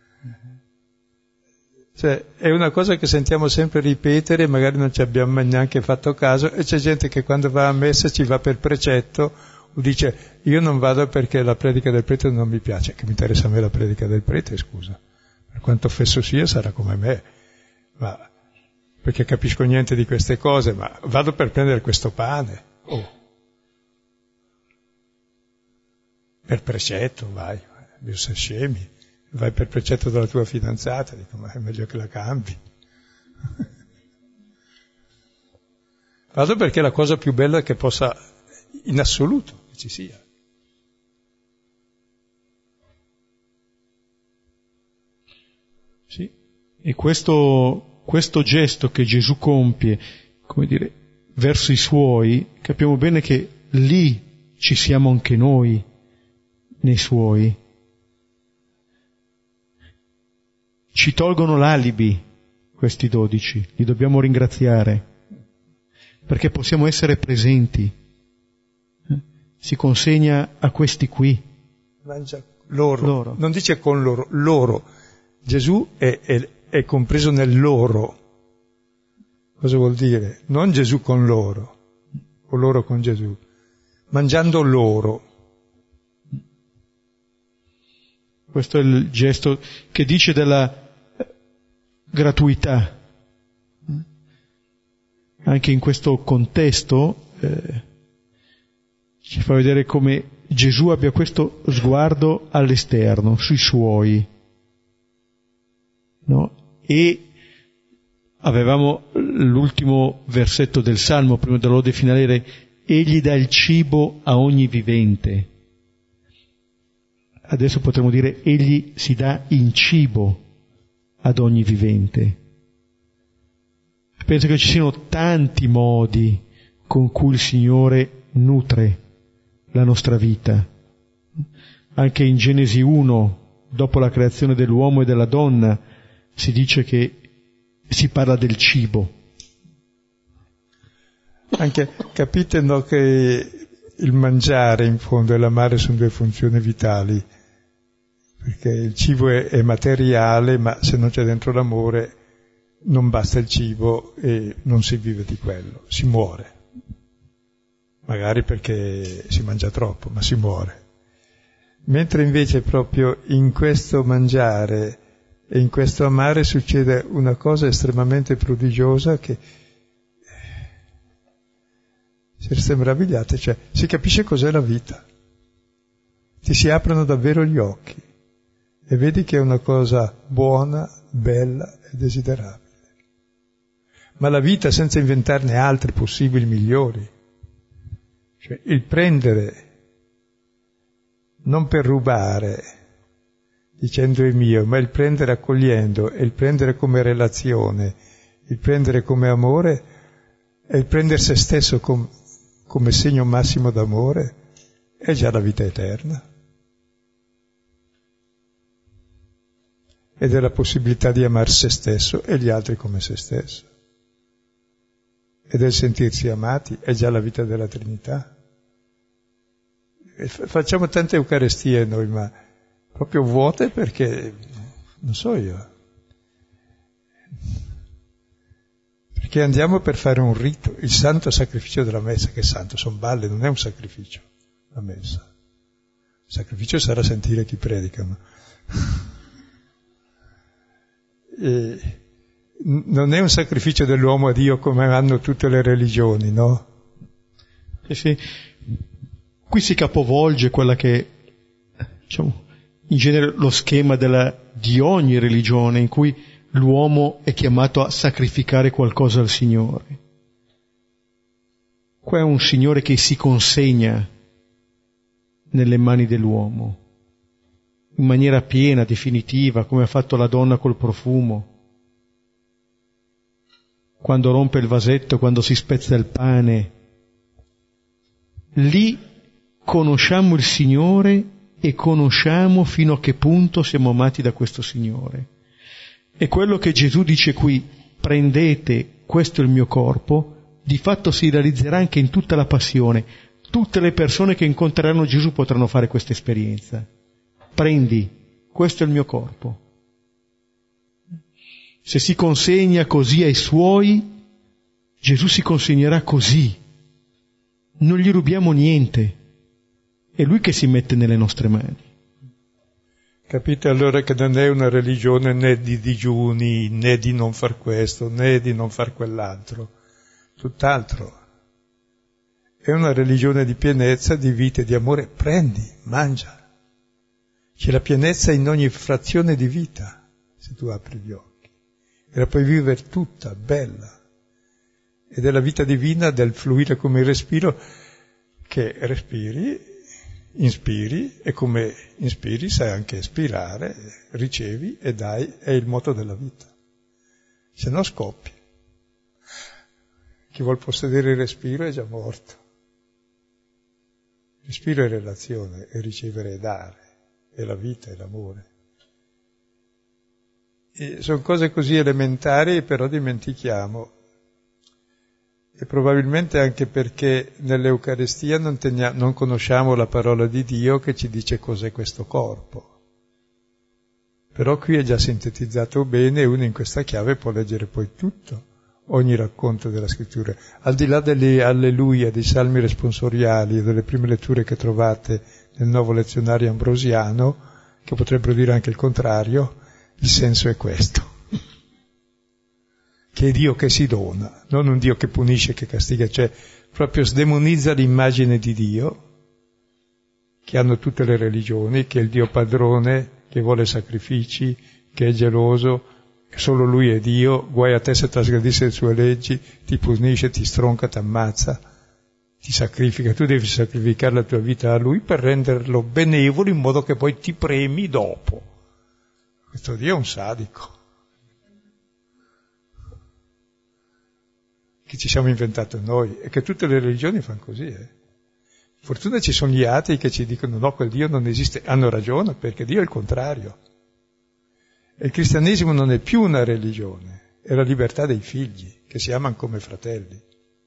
Cioè, è una cosa che sentiamo sempre ripetere, magari non ci abbiamo neanche fatto caso, e c'è gente che quando va a messa ci va per precetto, o dice, io non vado perché la predica del prete non mi piace. Che mi interessa a me la predica del prete, scusa. Per quanto fesso sia, sarà come me. Ma perché capisco niente di queste cose, ma vado per prendere questo pane. Oh. Per precetto vai, Dio sei scemi, vai per precetto della tua fidanzata, dico, ma è meglio che la cambi. Vado perché è la cosa più bella che possa, in assoluto, che ci sia. Sì, e questo gesto che Gesù compie, come dire, verso i suoi, capiamo bene che lì ci siamo anche noi, nei suoi. Ci tolgono l'alibi, questi 12, li dobbiamo ringraziare, perché possiamo essere presenti. Si consegna a questi qui. Mangia loro. Non dice con loro. Gesù è compreso nel loro. Cosa vuol dire? Non Gesù con loro, o loro con Gesù, mangiando loro. Questo è il gesto che dice della gratuità. Anche in questo contesto ci fa vedere come Gesù abbia questo sguardo all'esterno, sui suoi. No? E avevamo l'ultimo versetto del Salmo, prima della lode finale, egli dà il cibo a ogni vivente. Adesso potremmo dire egli si dà in cibo ad ogni vivente. Penso che ci siano tanti modi con cui il Signore nutre la nostra vita. Anche in Genesi 1, dopo la creazione dell'uomo e della donna, si dice che si parla del cibo. Anche capite, no, che il mangiare in fondo e l'amare sono due funzioni vitali, perché il cibo è materiale, ma se non c'è dentro l'amore non basta il cibo e non si vive di quello, si muore. Magari perché si mangia troppo, ma si muore. Mentre invece proprio in questo mangiare e in questo amare succede una cosa estremamente prodigiosa che siete meravigliate, cioè si capisce cos'è la vita, ti si aprono davvero gli occhi e vedi che è una cosa buona, bella e desiderabile. Ma la vita senza inventarne altre possibili migliori, cioè il prendere non per rubare, dicendo è mio, ma il prendere accogliendo, e il prendere come relazione, il prendere come amore, e il prendere se stesso come segno massimo d'amore, è già la vita eterna. Ed è la possibilità di amare se stesso e gli altri come se stesso. Ed è il sentirsi amati, è già la vita della Trinità. E facciamo tante Eucaristie noi, ma proprio vuote perché, non so io, perché andiamo per fare un rito, il santo sacrificio della messa, che è santo, sono balle, non è un sacrificio, la messa. Il sacrificio sarà sentire chi predica, ma e non è un sacrificio dell'uomo a Dio come hanno tutte le religioni, no? Sì. Qui si capovolge quella che, diciamo, in genere lo schema di ogni religione, in cui l'uomo è chiamato a sacrificare qualcosa al Signore. Qua è un Signore che si consegna nelle mani dell'uomo, in maniera piena, definitiva, come ha fatto la donna col profumo, quando rompe il vasetto, quando si spezza il pane. Lì conosciamo il Signore e conosciamo fino a che punto siamo amati da questo Signore. E quello che Gesù dice qui, prendete, questo è il mio corpo, di fatto si realizzerà anche in tutta la passione. Tutte le persone che incontreranno Gesù potranno fare questa esperienza. Prendi, questo è il mio corpo. Se si consegna così ai Suoi, Gesù si consegnerà così. Non gli rubiamo niente. È Lui che si mette nelle nostre mani. Capite allora che non è una religione né di digiuni, né di non far questo, né di non far quell'altro. Tutt'altro. È una religione di pienezza, di vita e di amore. Prendi, mangia. C'è la pienezza in ogni frazione di vita, se tu apri gli occhi. E la puoi vivere tutta, bella. Ed è la vita divina del fluire come il respiro, che respiri, inspiri, e come inspiri sai anche espirare, ricevi e dai, è il moto della vita. Se no scoppi. Chi vuol possedere il respiro è già morto. Il respiro è relazione, è ricevere e dare, è la vita, è l'amore. E sono cose così elementari, però dimentichiamo. E probabilmente anche perché nell'Eucaristia non conosciamo la parola di Dio che ci dice cos'è questo corpo. Però qui è già sintetizzato bene e uno in questa chiave può leggere poi tutto, ogni racconto della Scrittura. Al di là delle alleluia, dei salmi responsoriali e delle prime letture che trovate nel nuovo lezionario ambrosiano, che potrebbero dire anche il contrario, il senso è questo. Che è Dio che si dona, non un Dio che punisce, che castiga, cioè proprio sdemonizza l'immagine di Dio, che hanno tutte le religioni, che è il Dio padrone, che vuole sacrifici, che è geloso, che solo Lui è Dio, guai a te se trasgredissi le sue leggi, ti punisce, ti stronca, ti ammazza, ti sacrifica, tu devi sacrificare la tua vita a Lui per renderlo benevolo in modo che poi ti premi dopo. Questo Dio è un sadico. Che ci siamo inventato noi e che tutte le religioni fanno così. Fortuna ci sono gli atei che ci dicono no, quel Dio non esiste. Hanno ragione, perché Dio è il contrario. E il cristianesimo non è più una religione, è la libertà dei figli che si amano come fratelli.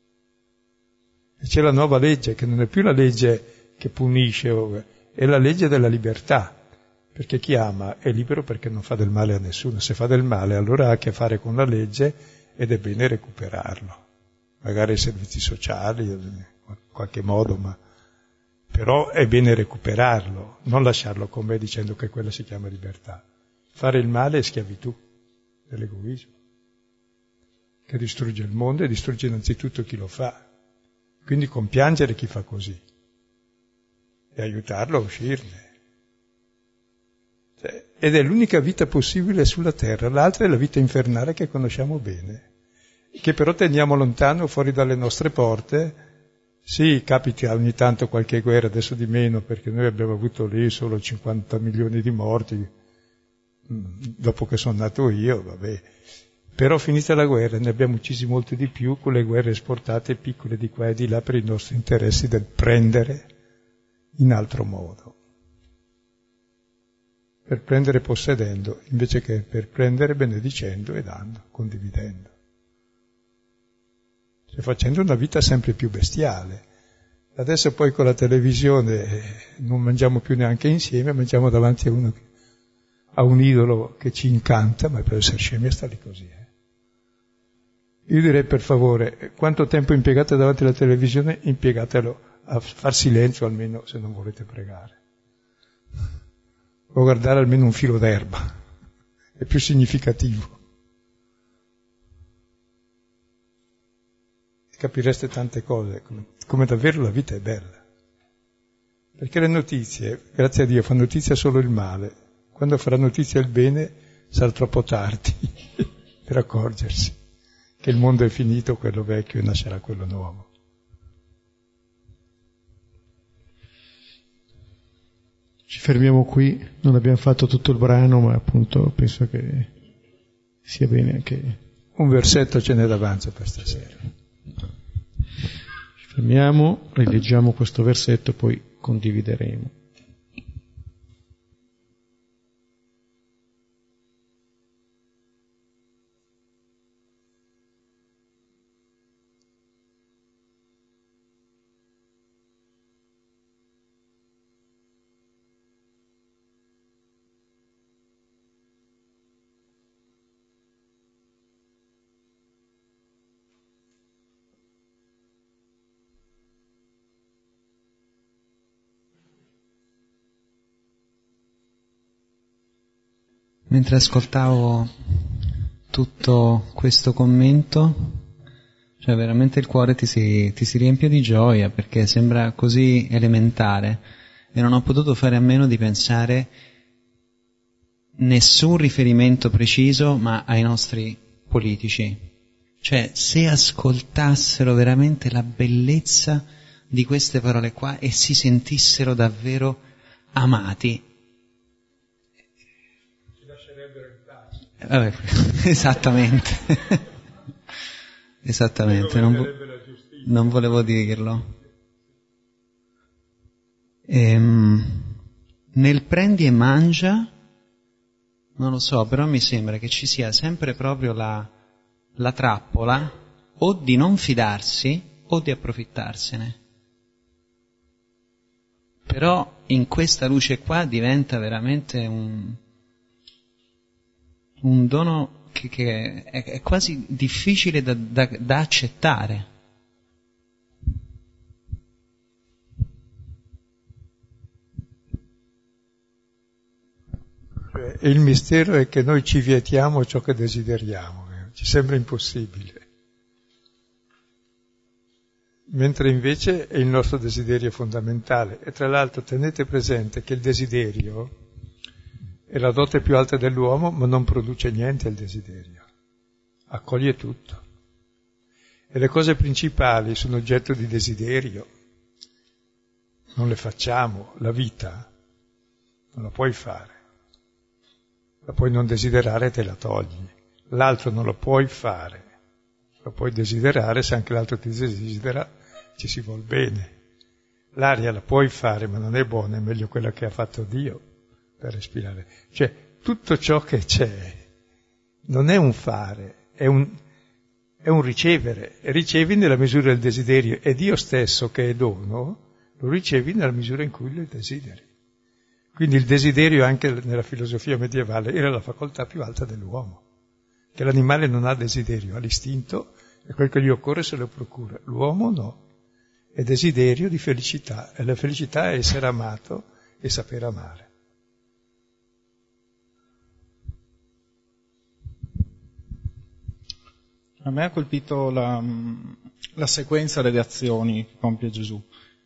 E c'è la nuova legge che non è più la legge che punisce, è la legge della libertà, perché chi ama è libero perché non fa del male a nessuno. Se fa del male allora ha a che fare con la legge ed è bene recuperarlo. Magari servizi sociali, in qualche modo, ma Però è bene recuperarlo, non lasciarlo con me dicendo che quella si chiama libertà. Fare il male è schiavitù dell'egoismo, che distrugge il mondo e distrugge innanzitutto chi lo fa. Quindi compiangere chi fa così e aiutarlo a uscirne. Ed è l'unica vita possibile sulla terra, l'altra è la vita infernale che conosciamo bene, che però teniamo lontano, fuori dalle nostre porte. Sì, capita ogni tanto qualche guerra, adesso di meno, perché noi abbiamo avuto lì solo 50 milioni di morti, dopo che sono nato io, vabbè. Però finita la guerra ne abbiamo uccisi molti di più con le guerre esportate piccole di qua e di là per i nostri interessi del prendere in altro modo. Per prendere possedendo, invece che per prendere benedicendo e dando, condividendo. Cioè facendo una vita sempre più bestiale. Adesso poi con la televisione non mangiamo più neanche insieme, mangiamo davanti a un idolo che ci incanta, ma per essere scemi a stare così. Io direi, per favore, quanto tempo impiegate davanti alla televisione, impiegatelo a far silenzio almeno se non volete pregare. O guardare almeno un filo d'erba, è più significativo. Capireste tante cose, come davvero la vita è bella. Perché le notizie, grazie a Dio, fanno notizia solo il male. Quando farà notizia il bene sarà troppo tardi per accorgersi che il mondo è finito, quello vecchio, e nascerà quello nuovo. Ci fermiamo qui, non abbiamo fatto tutto il brano, ma appunto penso che sia bene anche... Un versetto ce n'è d'avanzo per stasera. Ci fermiamo, rileggiamo questo versetto e poi condivideremo. Mentre ascoltavo tutto questo commento, cioè veramente il cuore ti si riempie di gioia, perché sembra così elementare, e non ho potuto fare a meno di pensare nessun riferimento preciso, ma ai nostri politici. Cioè, se ascoltassero veramente la bellezza di queste parole qua e si sentissero davvero amati, esattamente, esattamente, non volevo dirlo. Nel prendi e mangia, non lo so, però mi sembra che ci sia sempre proprio la trappola o di non fidarsi o di approfittarsene. Però in questa luce qua diventa veramente un dono che è quasi difficile da accettare. E il mistero è che noi ci vietiamo ciò che desideriamo, ci sembra impossibile. Mentre invece è il nostro desiderio fondamentale. E tra l'altro tenete presente che il desiderio è la dote più alta dell'uomo, ma non produce niente il desiderio. Accoglie tutto. E le cose principali sono oggetto di desiderio. Non le facciamo. La vita non la puoi fare. La puoi non desiderare e te la togli. L'altro non lo puoi fare. Lo puoi desiderare, se anche l'altro ti desidera, ci si vuol bene. L'aria la puoi fare, ma non è buona, è meglio quella che ha fatto Dio per respirare. Cioè, tutto ciò che c'è non è un fare, è un ricevere. E ricevi nella misura del desiderio. E Dio stesso, che è dono, lo ricevi nella misura in cui lo desideri. Quindi il desiderio, anche nella filosofia medievale, era la facoltà più alta dell'uomo. Che l'animale non ha desiderio, ha l'istinto, e quel che gli occorre se lo procura. L'uomo no. è desiderio di felicità, e la felicità è essere amato e saper amare. A me ha colpito la sequenza delle azioni che compie Gesù.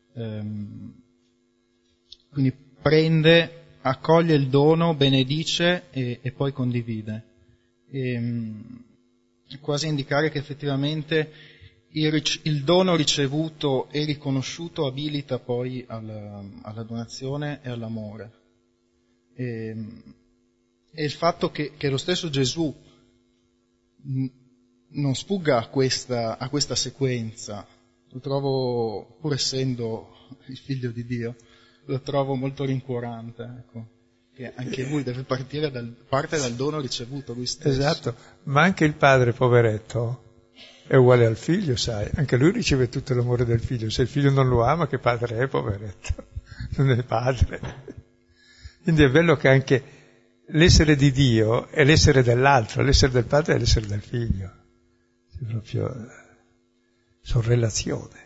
Quindi prende, accoglie il dono, benedice e poi condivide. Quasi indicare che effettivamente il dono ricevuto e riconosciuto abilita poi alla donazione e all'amore. E il fatto che lo stesso Gesù non sfugga a questa sequenza, lo trovo, pur essendo il figlio di Dio, lo trovo molto rincuorante, ecco, che anche lui deve parte dal dono ricevuto lui stesso. Esatto, ma anche il padre, poveretto, è uguale al figlio, sai, anche lui riceve tutto l'amore del figlio, se il figlio non lo ama, che padre è, poveretto? Non è padre. Quindi è bello che anche l'essere di Dio è l'essere dell'altro, l'essere del padre è l'essere del figlio. Proprio sono relazione.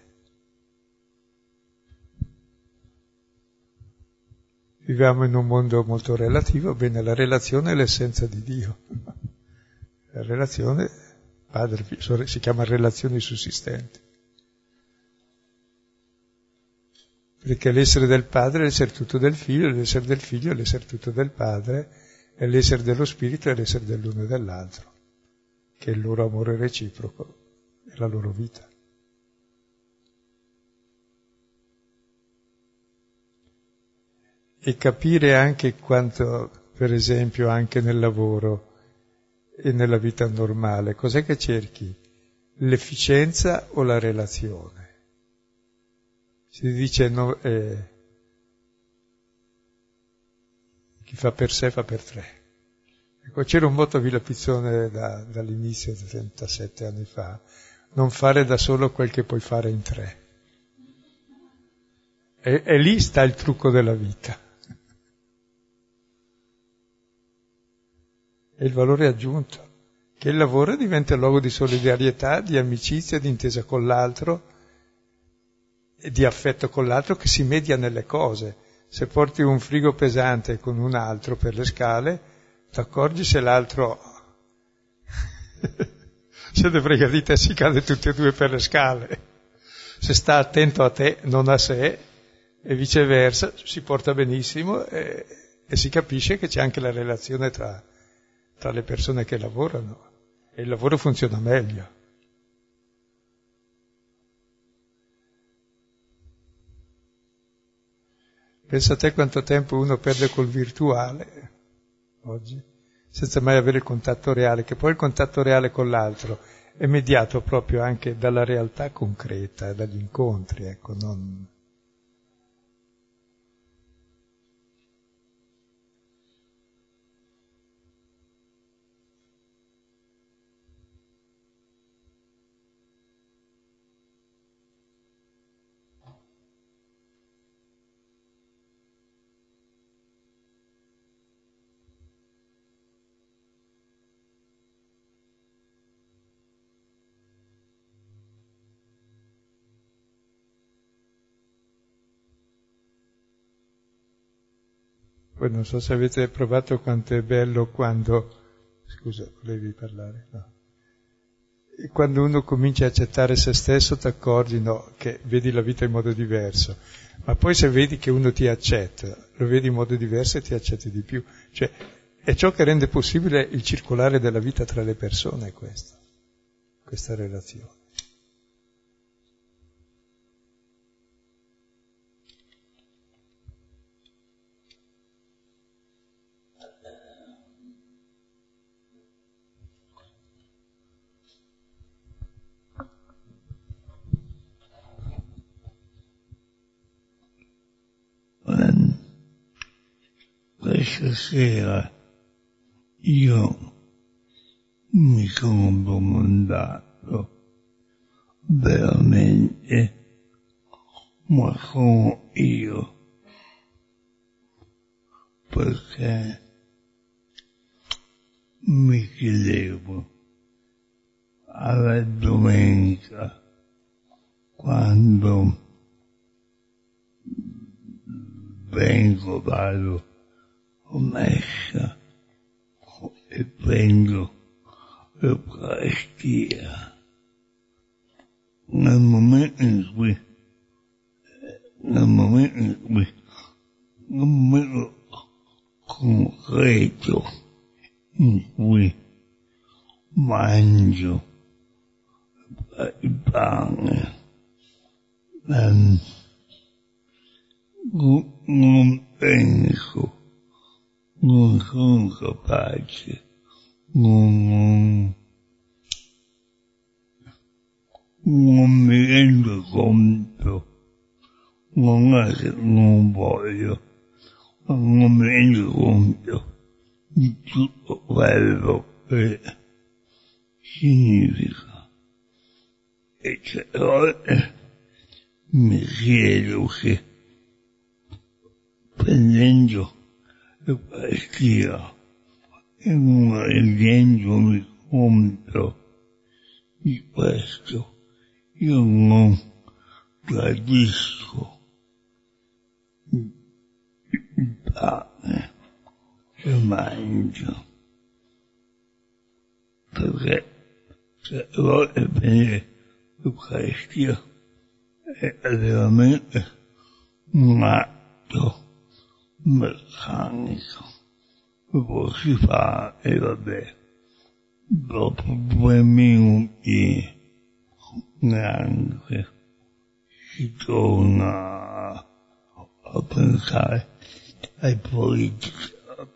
Viviamo in un mondo molto relativo, bene, la relazione è l'essenza di Dio. La relazione padre-figlio si chiama relazioni sussistenti. Perché l'essere del padre è l'essere tutto del figlio, l'essere del figlio è l'essere tutto del padre, e l'essere dello spirito è l'essere dell'uno e dell'altro, che è il loro amore reciproco e la loro vita. E capire anche quanto, per esempio, anche nel lavoro e nella vita normale, cos'è che cerchi? L'efficienza o la relazione? Si dice chi fa per sé fa per tre. Ecco, c'era un motto a Villa Pizzone dall'inizio, 37 anni fa, non fare da solo quel che puoi fare in tre. E lì sta il trucco della vita. È il valore aggiunto, che il lavoro diventa il luogo di solidarietà, di amicizia, di intesa con l'altro e di affetto con l'altro che si media nelle cose. Se porti un frigo pesante con un altro per le scale, ti accorgi se l'altro, se ne frega di te, si cade tutti e due per le scale. Se sta attento a te, non a sé, e viceversa, si porta benissimo e si capisce che c'è anche la relazione tra le persone che lavorano, e il lavoro funziona meglio. Pensa a te quanto tempo uno perde col virtuale oggi, senza mai avere il contatto reale, che poi il contatto reale con l'altro è mediato proprio anche dalla realtà concreta, dagli incontri, ecco, non... Poi non so se avete provato quanto è bello quando... Scusa, volevi parlare? No. E quando uno comincia a accettare se stesso ti accorgi, no, che vedi la vita in modo diverso. Ma poi se vedi che uno ti accetta, lo vedi in modo diverso e ti accetti di più. Cioè, è ciò che rende possibile il circolare della vita tra le persone, questa relazione. Questa sera io mi sono domandato veramente, ma sono io, perché mi chiedevo alla domenica, quando vengo, vado a messa e prendo l'Eucaristia. Nel momento in cui nel momento concreto in cui mangio il pane, non penso, non sono capace, non mi rendo conto, non è che non voglio, ma non mi rendo conto di tutto quello che significa. E certe volte mi chiedo se prendendo l'Eucaristia e non rendendomi conto di questo, io non tradisco il pane che mangio, perché se vuole prendere l'Eucaristia è veramente un atto meccanico che poi si fa e vabbè, dopo 2 minuti neanche si torna a pensare ai politici.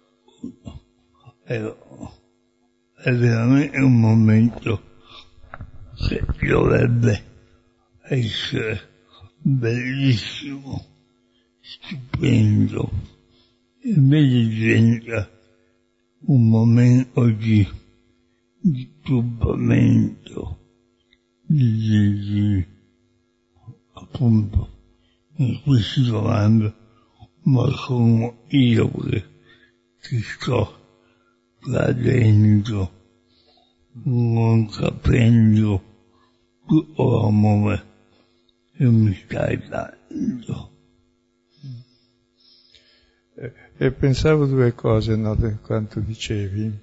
È veramente un momento che dovrebbe essere bellissimo, stupendo, e invece diventa un momento di turbamento, appunto, in cui si domanda, ma sono io che sto tradendo, non capendo tutto l'amore che mi stai dando. E pensavo 2 cose, no, di quanto dicevi.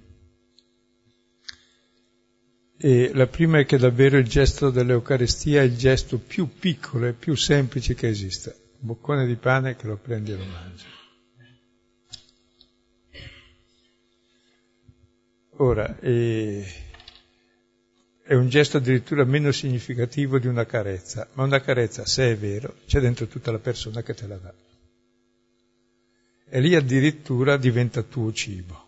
E la prima è che davvero il gesto dell'Eucaristia è il gesto più piccolo e più semplice che esista. Un boccone di pane che lo prendi e lo mangi. Ora, è un gesto addirittura meno significativo di una carezza, ma una carezza, se è vero, c'è dentro tutta la persona che te la dà. E lì addirittura diventa tuo cibo.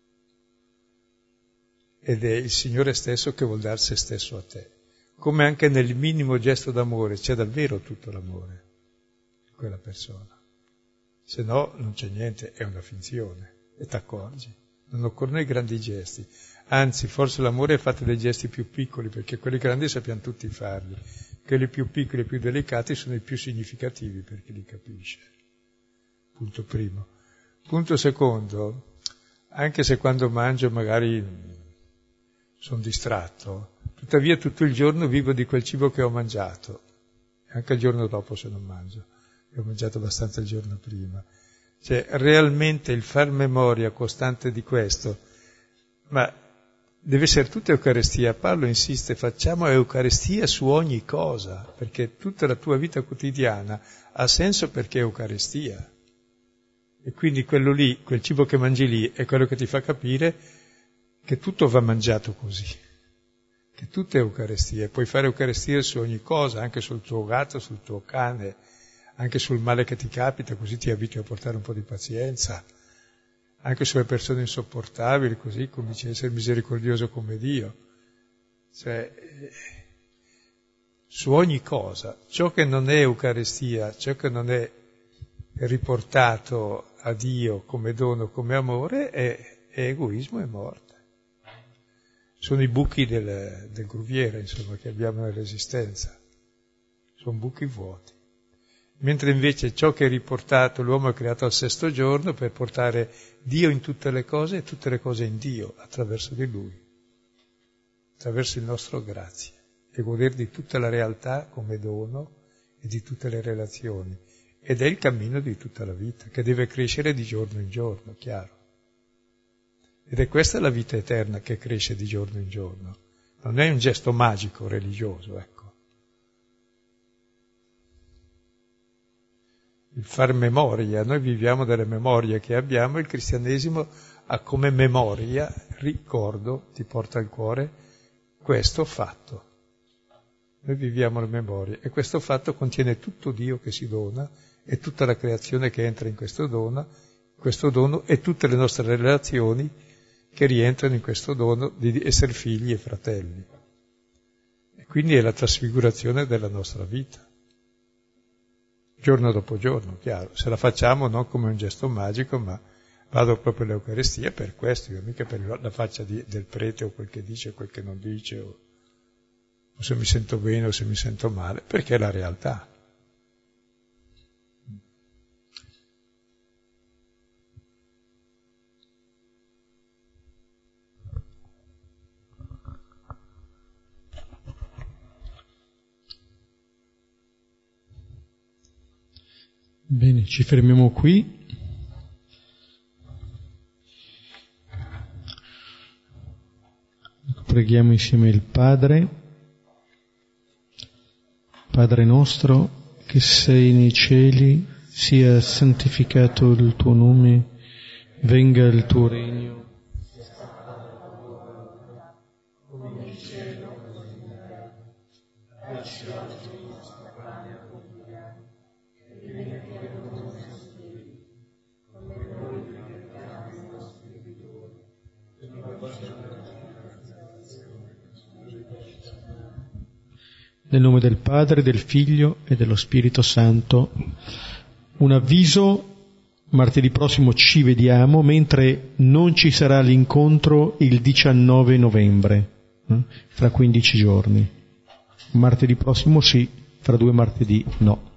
Ed è il Signore stesso che vuol dar se stesso a te. Come anche nel minimo gesto d'amore c'è davvero tutto l'amore in quella persona. Se no non c'è niente, è una finzione, e t'accorgi. Non occorrono i grandi gesti. Anzi, forse l'amore è fatto dai gesti più piccoli, perché quelli grandi sappiamo tutti farli. Quelli più piccoli e più delicati sono i più significativi per chi li capisce. Punto primo. Punto secondo, anche se quando mangio magari sono distratto, tuttavia tutto il giorno vivo di quel cibo che ho mangiato, e anche il giorno dopo se non mangio, e ho mangiato abbastanza il giorno prima. Cioè, realmente il far memoria costante di questo, ma deve essere tutta Eucaristia. Paolo insiste, facciamo Eucaristia su ogni cosa, perché tutta la tua vita quotidiana ha senso perché è Eucaristia. E quindi quello lì, quel cibo che mangi lì, è quello che ti fa capire che tutto va mangiato così, che tutto è Eucaristia. E puoi fare Eucaristia su ogni cosa, anche sul tuo gatto, sul tuo cane, anche sul male che ti capita, così ti abitui a portare un po' di pazienza, anche sulle persone insopportabili, così cominci a essere misericordioso come Dio. Cioè, su ogni cosa, ciò che non è Eucaristia, ciò che non è riportato a Dio come dono, come amore, è egoismo e morte. Sono i buchi del gruviere, insomma, che abbiamo nell'esistenza. Sono buchi vuoti. Mentre invece ciò che è riportato, l'uomo è creato al 6° giorno per portare Dio in tutte le cose e tutte le cose in Dio, attraverso di Lui, attraverso il nostro grazie, e godere di tutta la realtà come dono e di tutte le relazioni. ed è il cammino di tutta la vita, che deve crescere di giorno in giorno, chiaro. Ed è questa la vita eterna che cresce di giorno in giorno. Non è un gesto magico religioso, ecco. Il far memoria, noi viviamo delle memorie che abbiamo, il cristianesimo ha come memoria, ricordo, ti porta al cuore, questo fatto. Noi viviamo le memorie e questo fatto contiene tutto Dio che si dona e tutta la creazione che entra in questo dono e tutte le nostre relazioni che rientrano in questo dono di essere figli e fratelli. E quindi è la trasfigurazione della nostra vita. Giorno dopo giorno, chiaro. Se la facciamo non come un gesto magico, ma vado proprio all'Eucaristia per questo, io mica per la faccia del prete o quel che dice o quel che non dice, o se mi sento bene o se mi sento male, perché è la realtà. Bene, ci fermiamo qui. Preghiamo insieme il Padre. Padre nostro, che sei nei cieli, sia santificato il tuo nome, venga il tuo regno. Nel nome del Padre, del Figlio e dello Spirito Santo. Un avviso, martedì prossimo ci vediamo, mentre non ci sarà l'incontro il 19 novembre, fra 15 giorni. Martedì prossimo sì, fra 2 martedì no.